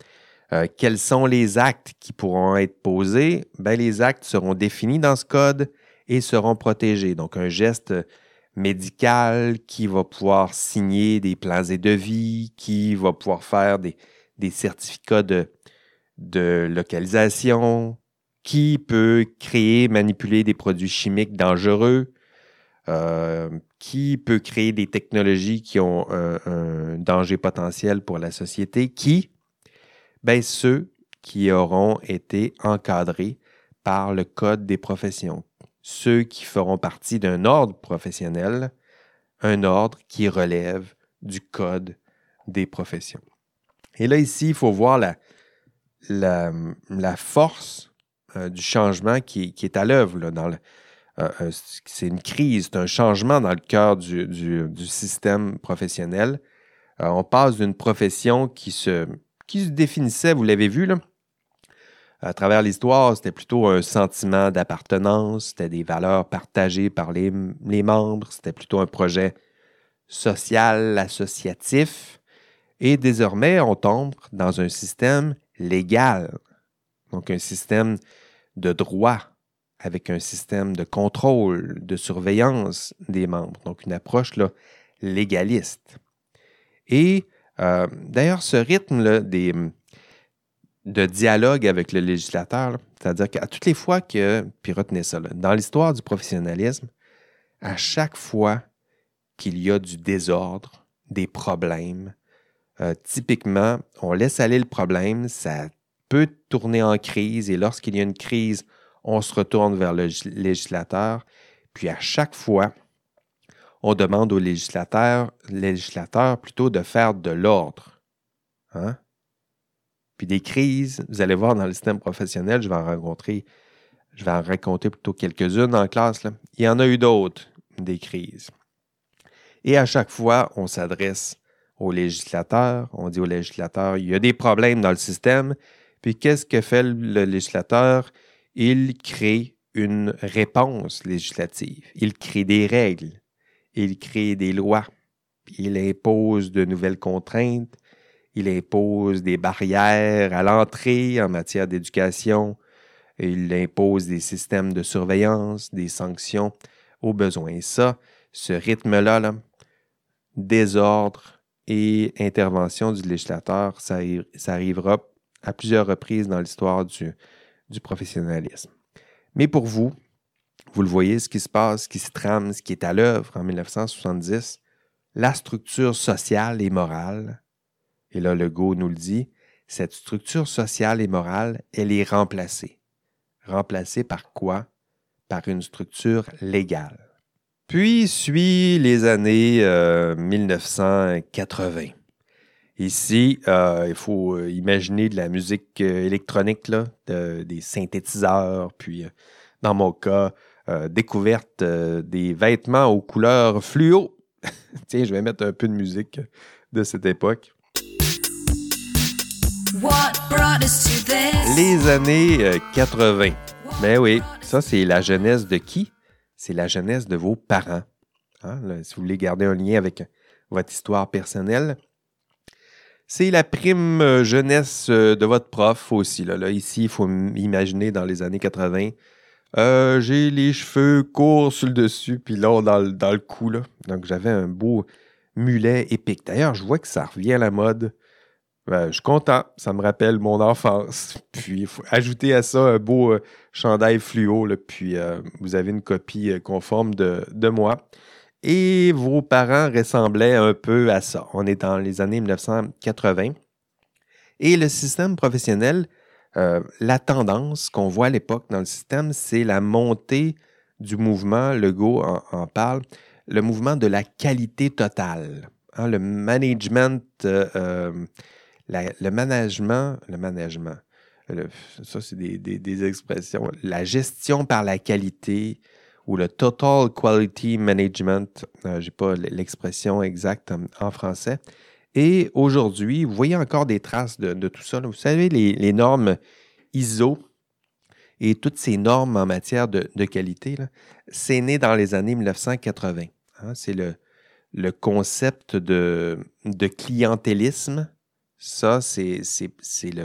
Euh, quels sont les actes qui pourront être posés? Ben, les actes seront définis dans ce code et seront protégés. Donc, un geste médical qui va pouvoir signer des plans et devis, qui va pouvoir faire des, des certificats de, de localisation, qui peut créer, manipuler des produits chimiques dangereux, euh, qui peut créer des technologies qui ont un, un danger potentiel pour la société, qui, ben, ceux qui auront été encadrés par le Code des professions, ceux qui feront partie d'un ordre professionnel, un ordre qui relève du Code des professions. Et là, ici, il faut voir la, la, la force euh, du changement qui, qui est à l'œuvre. Là, dans le, euh, euh, c'est une crise, c'est un changement dans le cœur du, du, du système professionnel. Euh, on passe d'une profession qui se, qui se définissait, vous l'avez vu, là, à travers l'histoire, c'était plutôt un sentiment d'appartenance, c'était des valeurs partagées par les, les membres, c'était plutôt un projet social, associatif. Et désormais, on tombe dans un système légal, donc un système de droit, avec un système de contrôle, de surveillance des membres, donc une approche là, légaliste. Et euh, d'ailleurs, ce rythme là, des, de dialogue avec le législateur, là, c'est-à-dire qu'à toutes les fois que, puis retenez ça, là, dans l'histoire du professionnalisme, à chaque fois qu'il y a du désordre, des problèmes, euh, typiquement, on laisse aller le problème, ça peut tourner en crise et lorsqu'il y a une crise, on se retourne vers le législateur. Puis à chaque fois, on demande au législateur, législateur plutôt de faire de l'ordre. Hein? Puis des crises, vous allez voir dans le système professionnel, je vais en rencontrer, je vais en raconter plutôt quelques-unes en classe. Là. Il y en a eu d'autres, des crises. Et à chaque fois, on s'adresse au législateur, on dit au législateur, il y a des problèmes dans le système. Puis qu'est-ce que fait le législateur? Il crée une réponse législative. Il crée des règles. Il crée des lois. Il impose de nouvelles contraintes. Il impose des barrières à l'entrée en matière d'éducation. Il impose des systèmes de surveillance, des sanctions aux besoins. Et ça, ce rythme-là, là, désordre et intervention du législateur, ça, ça arrivera à plusieurs reprises dans l'histoire du, du professionnalisme. Mais pour vous, vous le voyez, ce qui se passe, ce qui se trame, ce qui est à l'œuvre en dix-neuf cent soixante-dix, la structure sociale et morale, et là Legault nous le dit, cette structure sociale et morale, elle est remplacée. Remplacée par quoi? Par une structure légale. Puis suit les années euh, dix-neuf cent quatre-vingts. Ici, euh, il faut imaginer de la musique euh, électronique, là, de, des synthétiseurs, puis euh, dans mon cas, euh, découverte euh, des vêtements aux couleurs fluo. Tiens, je vais mettre un peu de musique de cette époque. Les années euh, quatre-vingts. Ben oui, ça c'est la jeunesse de qui? C'est la jeunesse de vos parents. Hein? Là, si vous voulez garder un lien avec votre histoire personnelle, c'est la prime euh, jeunesse euh, de votre prof aussi. Là. Là, ici, il faut imaginer dans les années quatre-vingts, euh, j'ai les cheveux courts sur le dessus, puis long dans le, dans le cou. Là. Donc, j'avais un beau mulet épique. D'ailleurs, je vois que ça revient à la mode. Ben, je suis content. Ça me rappelle mon enfance. Puis, il faut ajouter à ça un beau euh, chandail fluo. Là, puis, euh, vous avez une copie euh, conforme de, de moi. Et vos parents ressemblaient un peu à ça. On est dans les années dix-neuf cent quatre-vingts. Et le système professionnel, euh, la tendance qu'on voit à l'époque dans le système, c'est la montée du mouvement, Legault en, en parle, le mouvement de la qualité totale. Hein, le management, euh, euh, la, le management, le management, le, ça c'est des, des, des expressions, la gestion par la qualité, ou le Total Quality Management, euh, je n'ai pas l'expression exacte en, en français. Et aujourd'hui, vous voyez encore des traces de, de tout ça. Là. Vous savez, les, les normes I S O et toutes ces normes en matière de, de qualité, là, c'est né dans les années dix-neuf cent quatre-vingts. Hein. C'est le, le concept de, de clientélisme. Ça, c'est, c'est, c'est le,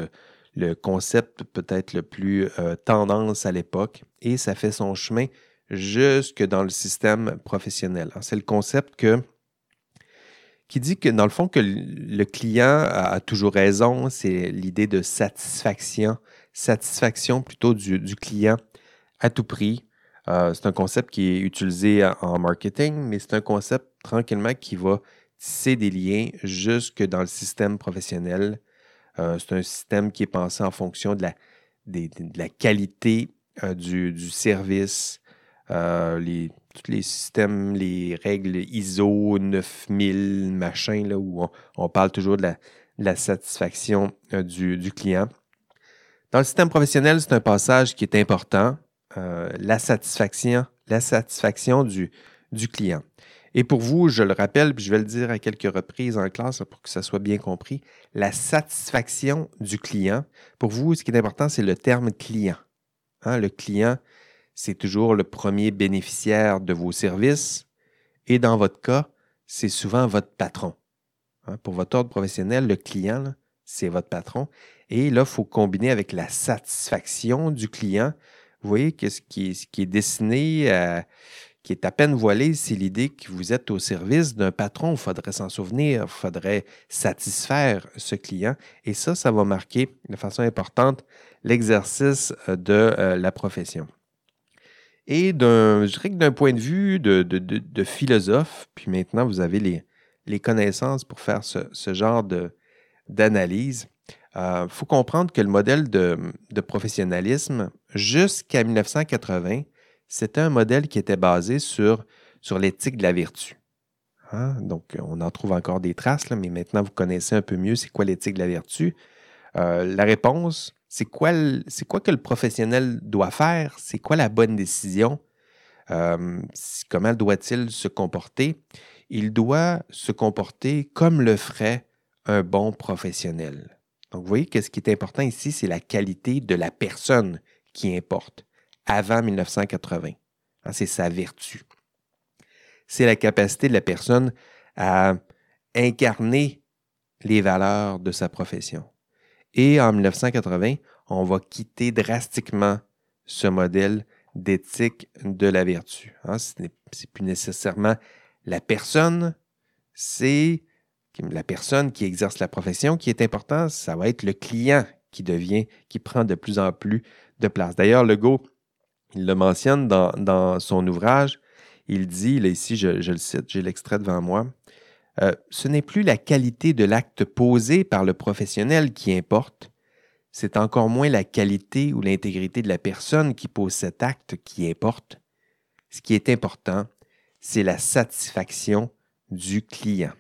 le concept peut-être le plus euh, tendance à l'époque et ça fait son chemin jusque dans le système professionnel. Alors, c'est le concept que, qui dit que dans le fond que le client a, a toujours raison, c'est l'idée de satisfaction, satisfaction plutôt du, du client à tout prix. Euh, c'est un concept qui est utilisé en marketing, mais c'est un concept tranquillement qui va tisser des liens jusque dans le système professionnel. Euh, c'est un système qui est pensé en fonction de la, des, de la qualité euh, du, du service, euh, les, tous les systèmes, les règles I S O neuf mille, machin, là, où on, on parle toujours de la, de la satisfaction euh, du, du client. Dans le système professionnel, c'est un passage qui est important, euh, la satisfaction, la satisfaction du, du client. Et pour vous, je le rappelle, puis je vais le dire à quelques reprises en classe là, pour que ça soit bien compris, la satisfaction du client, pour vous, ce qui est important, c'est le terme client. Hein, le client, c'est toujours le premier bénéficiaire de vos services et dans votre cas, c'est souvent votre patron. Hein, pour votre ordre professionnel, le client, là, c'est votre patron. Et là, il faut combiner avec la satisfaction du client. Vous voyez que ce qui est, ce qui est dessiné, euh, qui est à peine voilé, c'est l'idée que vous êtes au service d'un patron. Il faudrait s'en souvenir, il faudrait satisfaire ce client. Et ça, ça va marquer de façon importante l'exercice de euh, la profession. Et d'un, je dirais que d'un point de vue de, de, de, de philosophe, puis maintenant vous avez les, les connaissances pour faire ce, ce genre de, d'analyse, il euh, faut comprendre que le modèle de, de professionnalisme, jusqu'à dix-neuf cent quatre-vingts, c'était un modèle qui était basé sur, sur l'éthique de la vertu. Hein? Donc, on en trouve encore des traces, là, mais maintenant, vous connaissez un peu mieux c'est quoi l'éthique de la vertu. Euh, la réponse, c'est quoi, le, c'est quoi que le professionnel doit faire? C'est quoi la bonne décision? Euh, comment doit-il se comporter? Il doit se comporter comme le ferait un bon professionnel. Donc, vous voyez que ce qui est important ici, c'est la qualité de la personne qui importe avant dix-neuf cent quatre-vingts. Hein, c'est sa vertu. C'est la capacité de la personne à incarner les valeurs de sa profession. Et en dix-neuf cent quatre-vingts, on va quitter drastiquement ce modèle d'éthique de la vertu. Hein, ce n'est c'est plus nécessairement la personne, c'est la personne qui exerce la profession qui est important, ça va être le client qui devient, qui prend de plus en plus de place. D'ailleurs, Legault, il le mentionne dans, dans son ouvrage, il dit, là ici je, je le cite, j'ai l'extrait devant moi, euh, ce n'est plus la qualité de l'acte posé par le professionnel qui importe, c'est encore moins la qualité ou l'intégrité de la personne qui pose cet acte qui importe. Ce qui est important, c'est la satisfaction du client.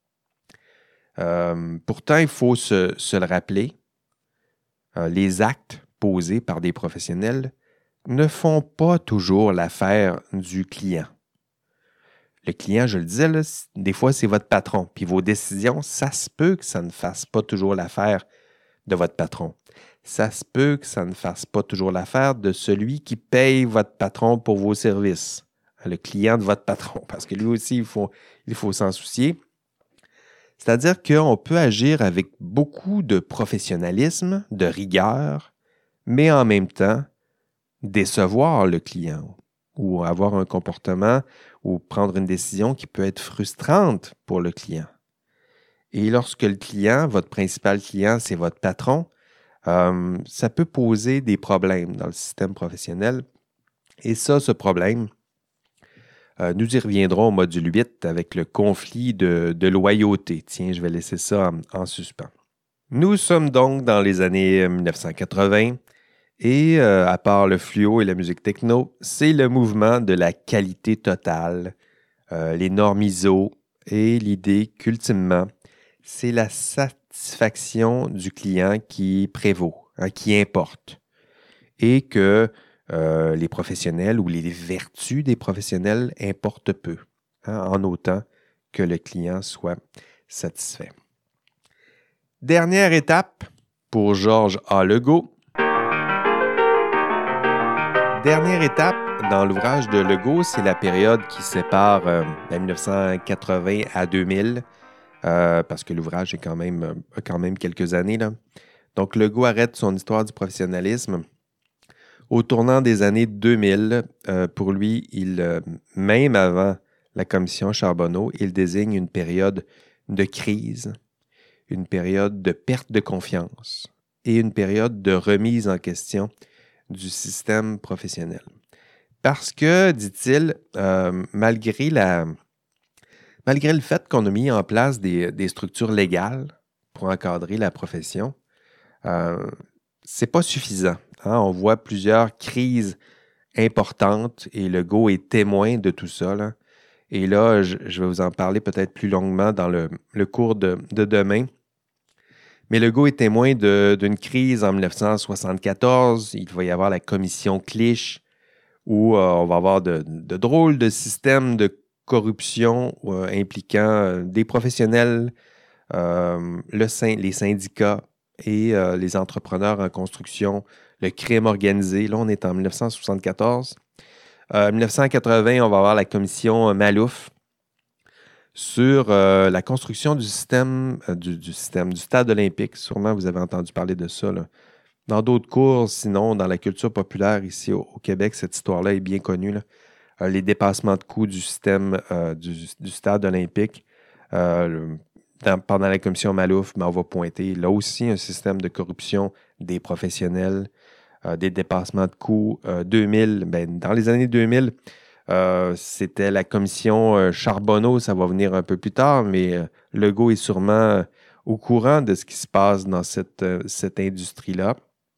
Euh, pourtant, il faut se, se le rappeler, euh, les actes posés par des professionnels ne font pas toujours l'affaire du client. Le client, je le disais, là, des fois, c'est votre patron. Puis vos décisions, ça se peut que ça ne fasse pas toujours l'affaire de votre patron. Ça se peut que ça ne fasse pas toujours l'affaire de celui qui paye votre patron pour vos services, le client de votre patron, parce que lui aussi, il faut, il faut s'en soucier. C'est-à-dire qu'on peut agir avec beaucoup de professionnalisme, de rigueur, mais en même temps, décevoir le client ou avoir un comportement ou prendre une décision qui peut être frustrante pour le client. Et lorsque le client, votre principal client, c'est votre patron, euh, ça peut poser des problèmes dans le système professionnel. Et ça, ce problème, euh, nous y reviendrons au module huit avec le conflit de, de loyauté. Tiens, je vais laisser ça en, en suspens. Nous sommes donc dans les années dix-neuf cent quatre-vingts. Et euh, à part le fluo et la musique techno, c'est le mouvement de la qualité totale, euh, les normes I S O et l'idée qu'ultimement, c'est la satisfaction du client qui prévaut, hein, qui importe. Et que euh, les professionnels ou les vertus des professionnels importent peu, hein, en autant que le client soit satisfait. Dernière étape pour Georges A. Legault. Dernière étape dans l'ouvrage de Legault, c'est la période qui sépare euh, de dix-neuf cent quatre-vingts à deux mille, euh, parce que l'ouvrage est quand même, a quand même quelques années, là. Donc, Legault arrête son histoire du professionnalisme au tournant des années deux mille. Euh, pour lui, il, euh, même avant la commission Charbonneau, il désigne une période de crise, une période de perte de confiance et une période de remise en question du système professionnel. Parce que, dit-il, euh, malgré, la, malgré le fait qu'on a mis en place des, des structures légales pour encadrer la profession, euh, c'est pas suffisant. Hein? On voit plusieurs crises importantes et Legault est témoin de tout ça. Là. Et là, je, je vais vous en parler peut-être plus longuement dans le, le cours de, de demain. Mais Legault est témoin de, d'une crise en dix-neuf cent soixante-quatorze. Il va y avoir la commission Clich, où euh, on va avoir de, de drôles de systèmes de corruption euh, impliquant euh, des professionnels, euh, le syn- les syndicats et euh, les entrepreneurs en construction, le crime organisé. Là, on est en dix-neuf cent soixante-quatorze. Euh, en dix-neuf cent quatre-vingts, on va avoir la commission Malouf sur euh, la construction du système, euh, du, du système, du stade olympique. Sûrement, vous avez entendu parler de ça, là. Dans d'autres cours, sinon, dans la culture populaire ici au, au Québec, cette histoire-là est bien connue, là. Euh, les dépassements de coûts du système euh, du, du stade olympique. Euh, le, dans, pendant la commission Malouf, ben, on va pointer là aussi un système de corruption des professionnels, euh, des dépassements de coûts. Euh, deux mille, ben, dans les années deux mille, Euh, c'était la commission euh, Charbonneau, ça va venir un peu plus tard, mais euh, Legault est sûrement euh, au courant de ce qui se passe dans cette, euh, cette industrie-là.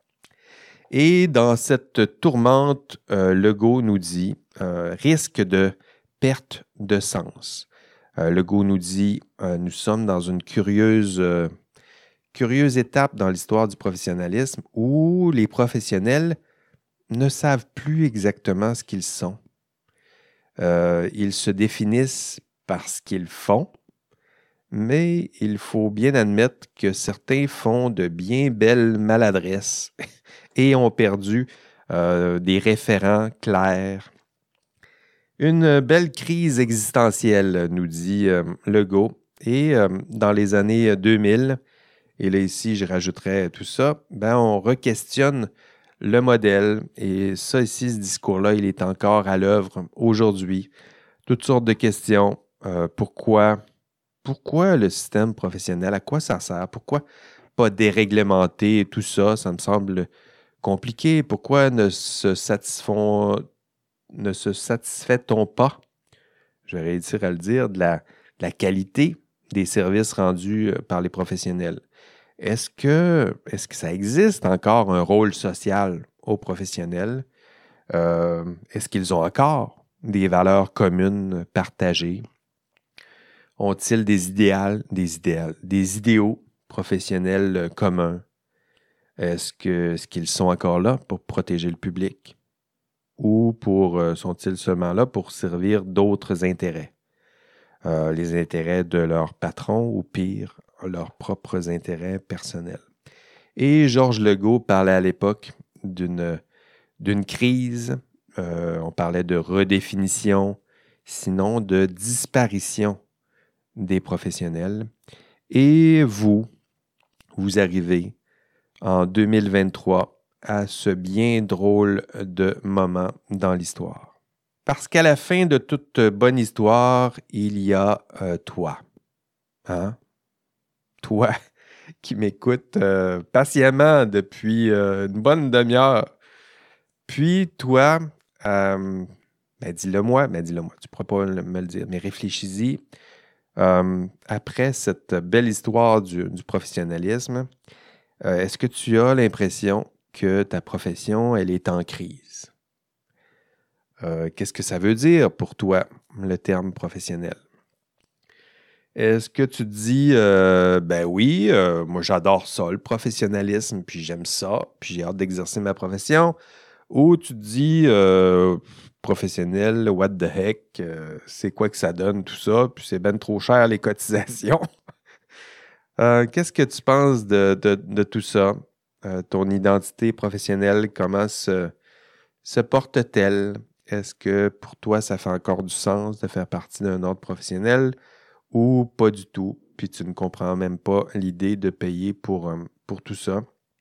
Et dans cette tourmente, euh, Legault nous dit euh, risque de perte de sens. Euh, Legault nous dit euh, nous sommes dans une curieuse, euh, curieuse étape dans l'histoire du professionnalisme où les professionnels ne savent plus exactement ce qu'ils sont. Euh, ils se définissent par ce qu'ils font, mais il faut bien admettre que certains font de bien belles maladresses et ont perdu euh, des référents clairs. Une belle crise existentielle, nous dit euh, Legault. Et euh, dans les années deux mille, et là ici je rajouterais tout ça, ben, on re-questionne le modèle. Et ça ici, ce discours-là, il est encore à l'œuvre aujourd'hui. Toutes sortes de questions. Euh, pourquoi, pourquoi le système professionnel? À quoi ça sert? Pourquoi pas déréglementer tout ça? Ça me semble compliqué. Pourquoi ne se satisfont, ne se satisfait-on pas, je vais réussir à le dire, de la, de la qualité des services rendus par les professionnels? Est-ce que, est-ce que ça existe encore un rôle social aux professionnels? Euh, est-ce qu'ils ont encore des valeurs communes partagées? Ont-ils des idéaux, des idéaux, des idéaux professionnels communs? Est-ce que, est-ce qu'ils sont encore là pour protéger le public? Ou pour, euh, sont-ils seulement là pour servir d'autres intérêts? Euh, les intérêts de leur patron ou pire, leurs propres intérêts personnels. Et Georges Legault parlait à l'époque d'une, d'une crise, euh, on parlait de redéfinition, sinon de disparition des professionnels. Et vous, vous arrivez en deux mille vingt-trois à ce bien drôle de moment dans l'histoire. Parce qu'à la fin de toute bonne histoire, il y a euh, toi. Hein? Toi qui m'écoutes euh, patiemment depuis euh, une bonne demi-heure. Puis toi, euh, ben dis-le-moi, ben dis-le-moi, tu ne pourras pas me le dire, mais réfléchis-y. Euh, après cette belle histoire du, du professionnalisme, euh, est-ce que tu as l'impression que ta profession, elle est en crise? Euh, qu'est-ce que ça veut dire pour toi, le terme professionnel? Est-ce que tu te dis, euh, ben oui, euh, moi j'adore ça, le professionnalisme, puis j'aime ça, puis j'ai hâte d'exercer ma profession? Ou tu te dis, euh, professionnel, what the heck, euh, c'est quoi que ça donne tout ça, puis c'est ben trop cher les cotisations? euh, qu'est-ce que tu penses de, de, de tout ça? Euh, ton identité professionnelle, comment se, se porte-t-elle? Est-ce que pour toi, ça fait encore du sens de faire partie d'un ordre professionnel ou pas du tout? Puis tu ne comprends même pas l'idée de payer pour, euh, pour tout ça.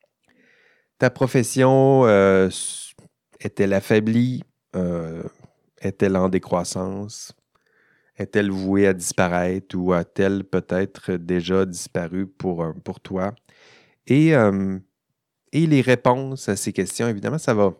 ta profession euh, est-elle affaiblie? Euh, est-elle en décroissance? Est-elle vouée à disparaître ou a-t-elle peut-être déjà disparu pour, pour toi? Et, euh, et les réponses à ces questions, évidemment, ça va,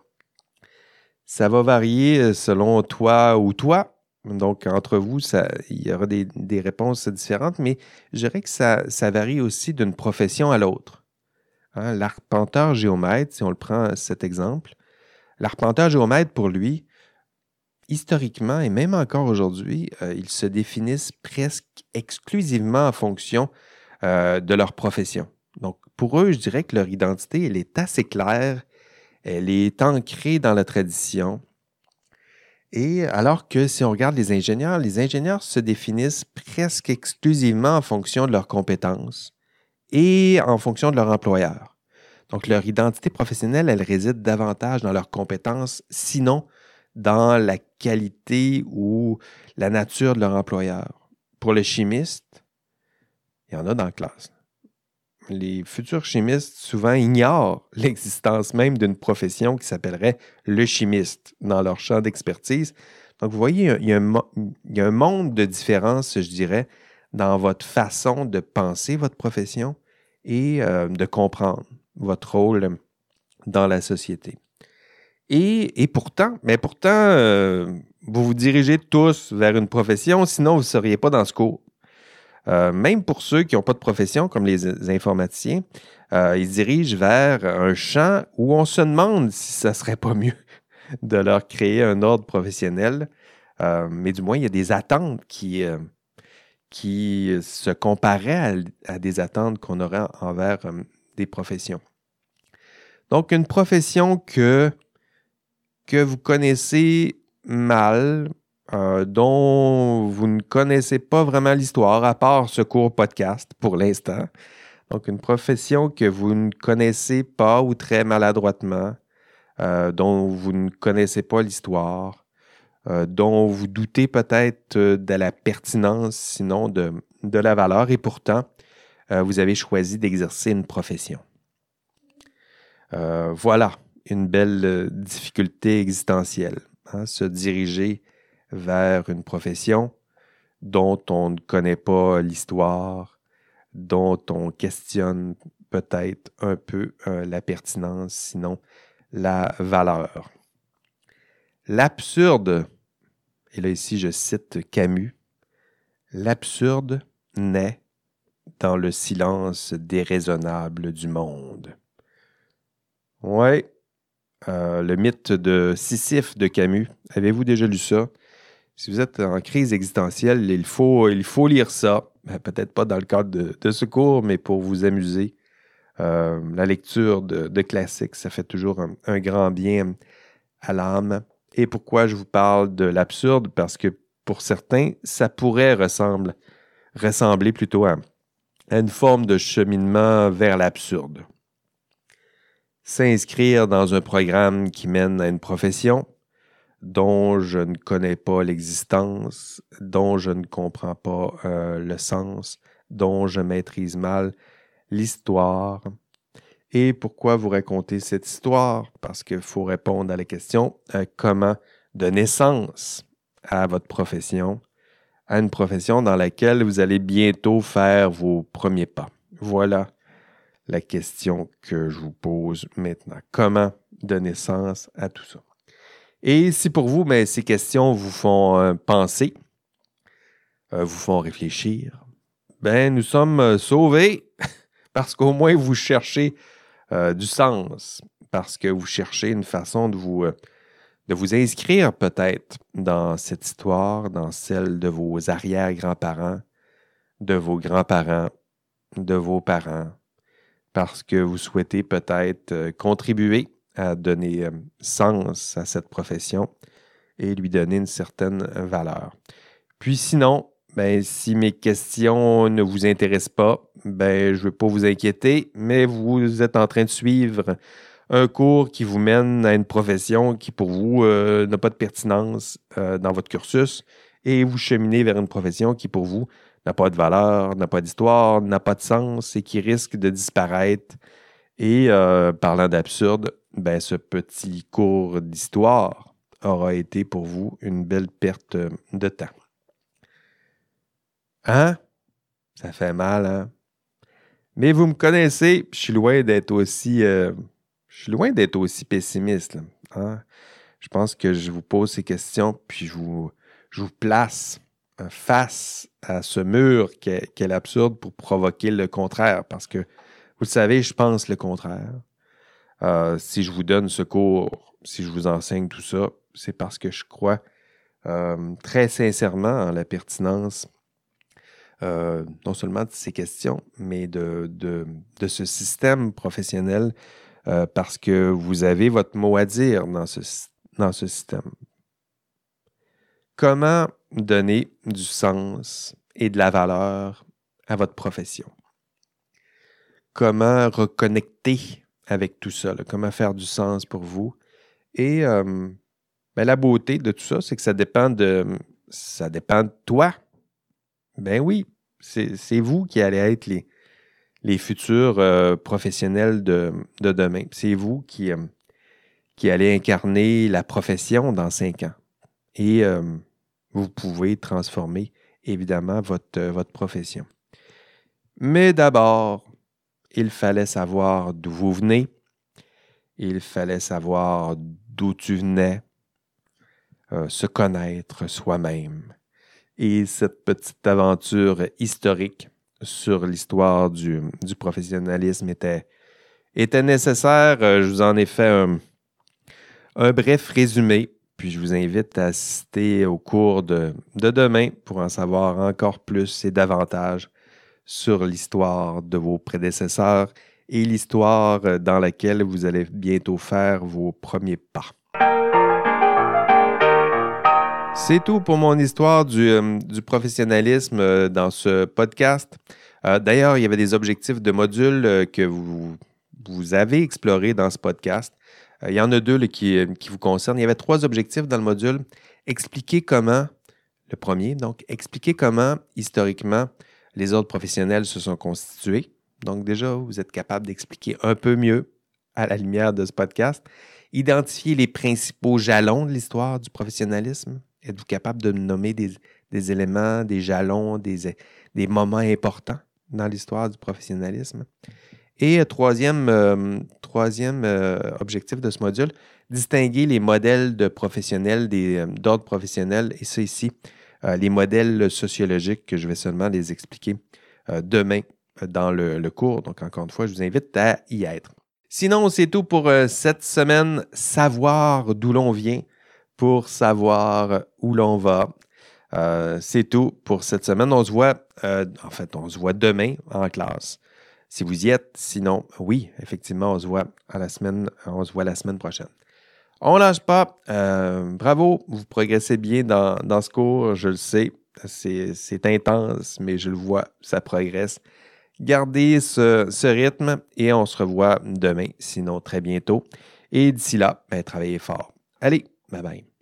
ça va varier selon toi ou toi. Donc, entre vous, ça, il y aura des, des réponses différentes, mais je dirais que ça, ça varie aussi d'une profession à l'autre. Hein, l'arpenteur géomètre, si on le prend cet exemple, l'arpenteur géomètre, pour lui, historiquement et même encore aujourd'hui, euh, ils se définissent presque exclusivement en fonction euh, de leur profession. Donc, pour eux, je dirais que leur identité, elle est assez claire, elle est ancrée dans la tradition. Et alors que si on regarde les ingénieurs, les ingénieurs se définissent presque exclusivement en fonction de leurs compétences et en fonction de leur employeur. Donc, leur identité professionnelle, elle réside davantage dans leurs compétences, sinon dans la qualité ou la nature de leur employeur. Pour le chimiste, il y en a dans la classe. Les futurs chimistes souvent ignorent l'existence même d'une profession qui s'appellerait le chimiste dans leur champ d'expertise. Donc, vous voyez, il y a un, il y a un monde de différence, je dirais, dans votre façon de penser votre profession et euh, de comprendre votre rôle dans la société. Et, et pourtant, mais pourtant, euh, vous vous dirigez tous vers une profession, sinon vous ne seriez pas dans ce cours. Euh, même pour ceux qui n'ont pas de profession, comme les informaticiens, euh, ils se dirigent vers un champ où on se demande si ça ne serait pas mieux de leur créer un ordre professionnel. Euh, mais du moins, il y a des attentes qui, euh, qui se comparaient à, à des attentes qu'on aurait envers euh, des professions. Donc, une profession que, que vous connaissez mal, Euh, dont vous ne connaissez pas vraiment l'histoire, à part ce court podcast pour l'instant. Donc, une profession que vous ne connaissez pas ou très maladroitement, euh, dont vous ne connaissez pas l'histoire, euh, dont vous doutez peut-être de la pertinence, sinon de, de la valeur, et pourtant, euh, vous avez choisi d'exercer une profession. Euh, voilà une belle euh, difficulté existentielle, hein, se diriger vers une profession dont on ne connaît pas l'histoire, dont on questionne peut-être un peu euh, la pertinence, sinon la valeur. L'absurde, et là ici je cite Camus, l'absurde naît dans le silence déraisonnable du monde. Oui, euh, le mythe de Sisyphe de Camus, avez-vous déjà lu ça? Si vous êtes en crise existentielle, il faut, il faut lire ça. Peut-être pas dans le cadre de, de ce cours, mais pour vous amuser. Euh, la lecture de, de classiques, ça fait toujours un, un grand bien à l'âme. Et pourquoi je vous parle de l'absurde? Parce que pour certains, ça pourrait ressembler, ressembler plutôt à, à une forme de cheminement vers l'absurde. S'inscrire dans un programme qui mène à une profession dont je ne connais pas l'existence, dont je ne comprends pas euh, le sens, dont je maîtrise mal l'histoire. Et pourquoi vous raconter cette histoire? Parce qu'il faut répondre à la question euh, comment donner sens à votre profession, à une profession dans laquelle vous allez bientôt faire vos premiers pas. Voilà la question que je vous pose maintenant. Comment donner sens à tout ça? Et si pour vous, ben, ces questions vous font euh, penser, euh, vous font réfléchir, ben, nous sommes euh, sauvés parce qu'au moins vous cherchez euh, du sens, parce que vous cherchez une façon de vous, euh, de vous inscrire peut-être dans cette histoire, dans celle de vos arrière-grands-parents, de vos grands-parents, de vos parents, parce que vous souhaitez peut-être euh, contribuer à donner euh, sens à cette profession et lui donner une certaine valeur. Puis sinon, ben, si mes questions ne vous intéressent pas, ben, je ne veux pas vous inquiéter, mais vous êtes en train de suivre un cours qui vous mène à une profession qui, pour vous, euh, n'a pas de pertinence euh, dans votre cursus et vous cheminez vers une profession qui, pour vous, n'a pas de valeur, n'a pas d'histoire, n'a pas de sens et qui risque de disparaître Et euh, parlant d'absurde, ben, ce petit cours d'histoire aura été pour vous une belle perte de temps. Hein? Ça fait mal, hein? Mais vous me connaissez, je suis loin d'être aussi, euh, je suis loin d'être aussi pessimiste. Là, hein? Je pense que je vous pose ces questions, puis je vous, je vous place euh, face à ce mur qu'est, qu'est l'absurde pour provoquer le contraire. Parce que, vous le savez, je pense le contraire. Euh, si je vous donne ce cours, si je vous enseigne tout ça, c'est parce que je crois euh, très sincèrement en la pertinence euh, non seulement de ces questions, mais de, de, de ce système professionnel euh, parce que vous avez votre mot à dire dans ce, dans ce système. Comment donner du sens et de la valeur à votre profession? Comment reconnecter avec tout ça? Là? Comment faire du sens pour vous? Et euh, ben, la beauté de tout ça, c'est que ça dépend de, ça dépend de toi. Ben oui, c'est, c'est vous qui allez être les, les futurs euh, professionnels de, de demain. C'est vous qui, euh, qui allez incarner la profession dans cinq ans. Et euh, vous pouvez transformer, évidemment, votre, euh, votre profession. Mais d'abord, il fallait savoir d'où vous venez. Il fallait savoir d'où tu venais, euh, se connaître soi-même. Et cette petite aventure historique sur l'histoire du, du professionnalisme était, était nécessaire. Je vous en ai fait un, un bref résumé, puis je vous invite à assister au cours de, de demain pour en savoir encore plus et davantage sur l'histoire de vos prédécesseurs et l'histoire dans laquelle vous allez bientôt faire vos premiers pas. C'est tout pour mon histoire du, euh, du professionnalisme euh, dans ce podcast. Euh, d'ailleurs, il y avait des objectifs de modules euh, que vous, vous avez explorés dans ce podcast. Euh, il y en a deux là, qui, qui vous concernent. Il y avait trois objectifs dans le module. Expliquer comment, le premier, donc, expliquer comment, historiquement, les ordres professionnels se sont constitués. Donc, déjà, vous êtes capable d'expliquer un peu mieux à la lumière de ce podcast. Identifier les principaux jalons de l'histoire du professionnalisme. Êtes-vous capable de nommer des, des éléments, des jalons, des, des moments importants dans l'histoire du professionnalisme? Et euh, troisième, euh, troisième euh, objectif de ce module, distinguer les modèles de professionnels, des, euh, d'ordre professionnel, et ça ici, euh, les modèles sociologiques que je vais seulement les expliquer euh, demain dans le, le cours. Donc, encore une fois, je vous invite à y être. Sinon, c'est tout pour euh, cette semaine. Savoir d'où l'on vient pour savoir où l'on va. Euh, c'est tout pour cette semaine. On se voit, euh, en fait, on se voit demain en classe. Si vous y êtes, sinon, oui, effectivement, on se voit à la semaine, on se voit la semaine prochaine. On ne lâche pas. Euh, bravo, vous progressez bien dans, dans ce cours, je le sais. C'est, c'est intense, mais je le vois, ça progresse. Gardez ce, ce rythme et on se revoit demain, sinon très bientôt. Et d'ici là, ben, travaillez fort. Allez, bye bye.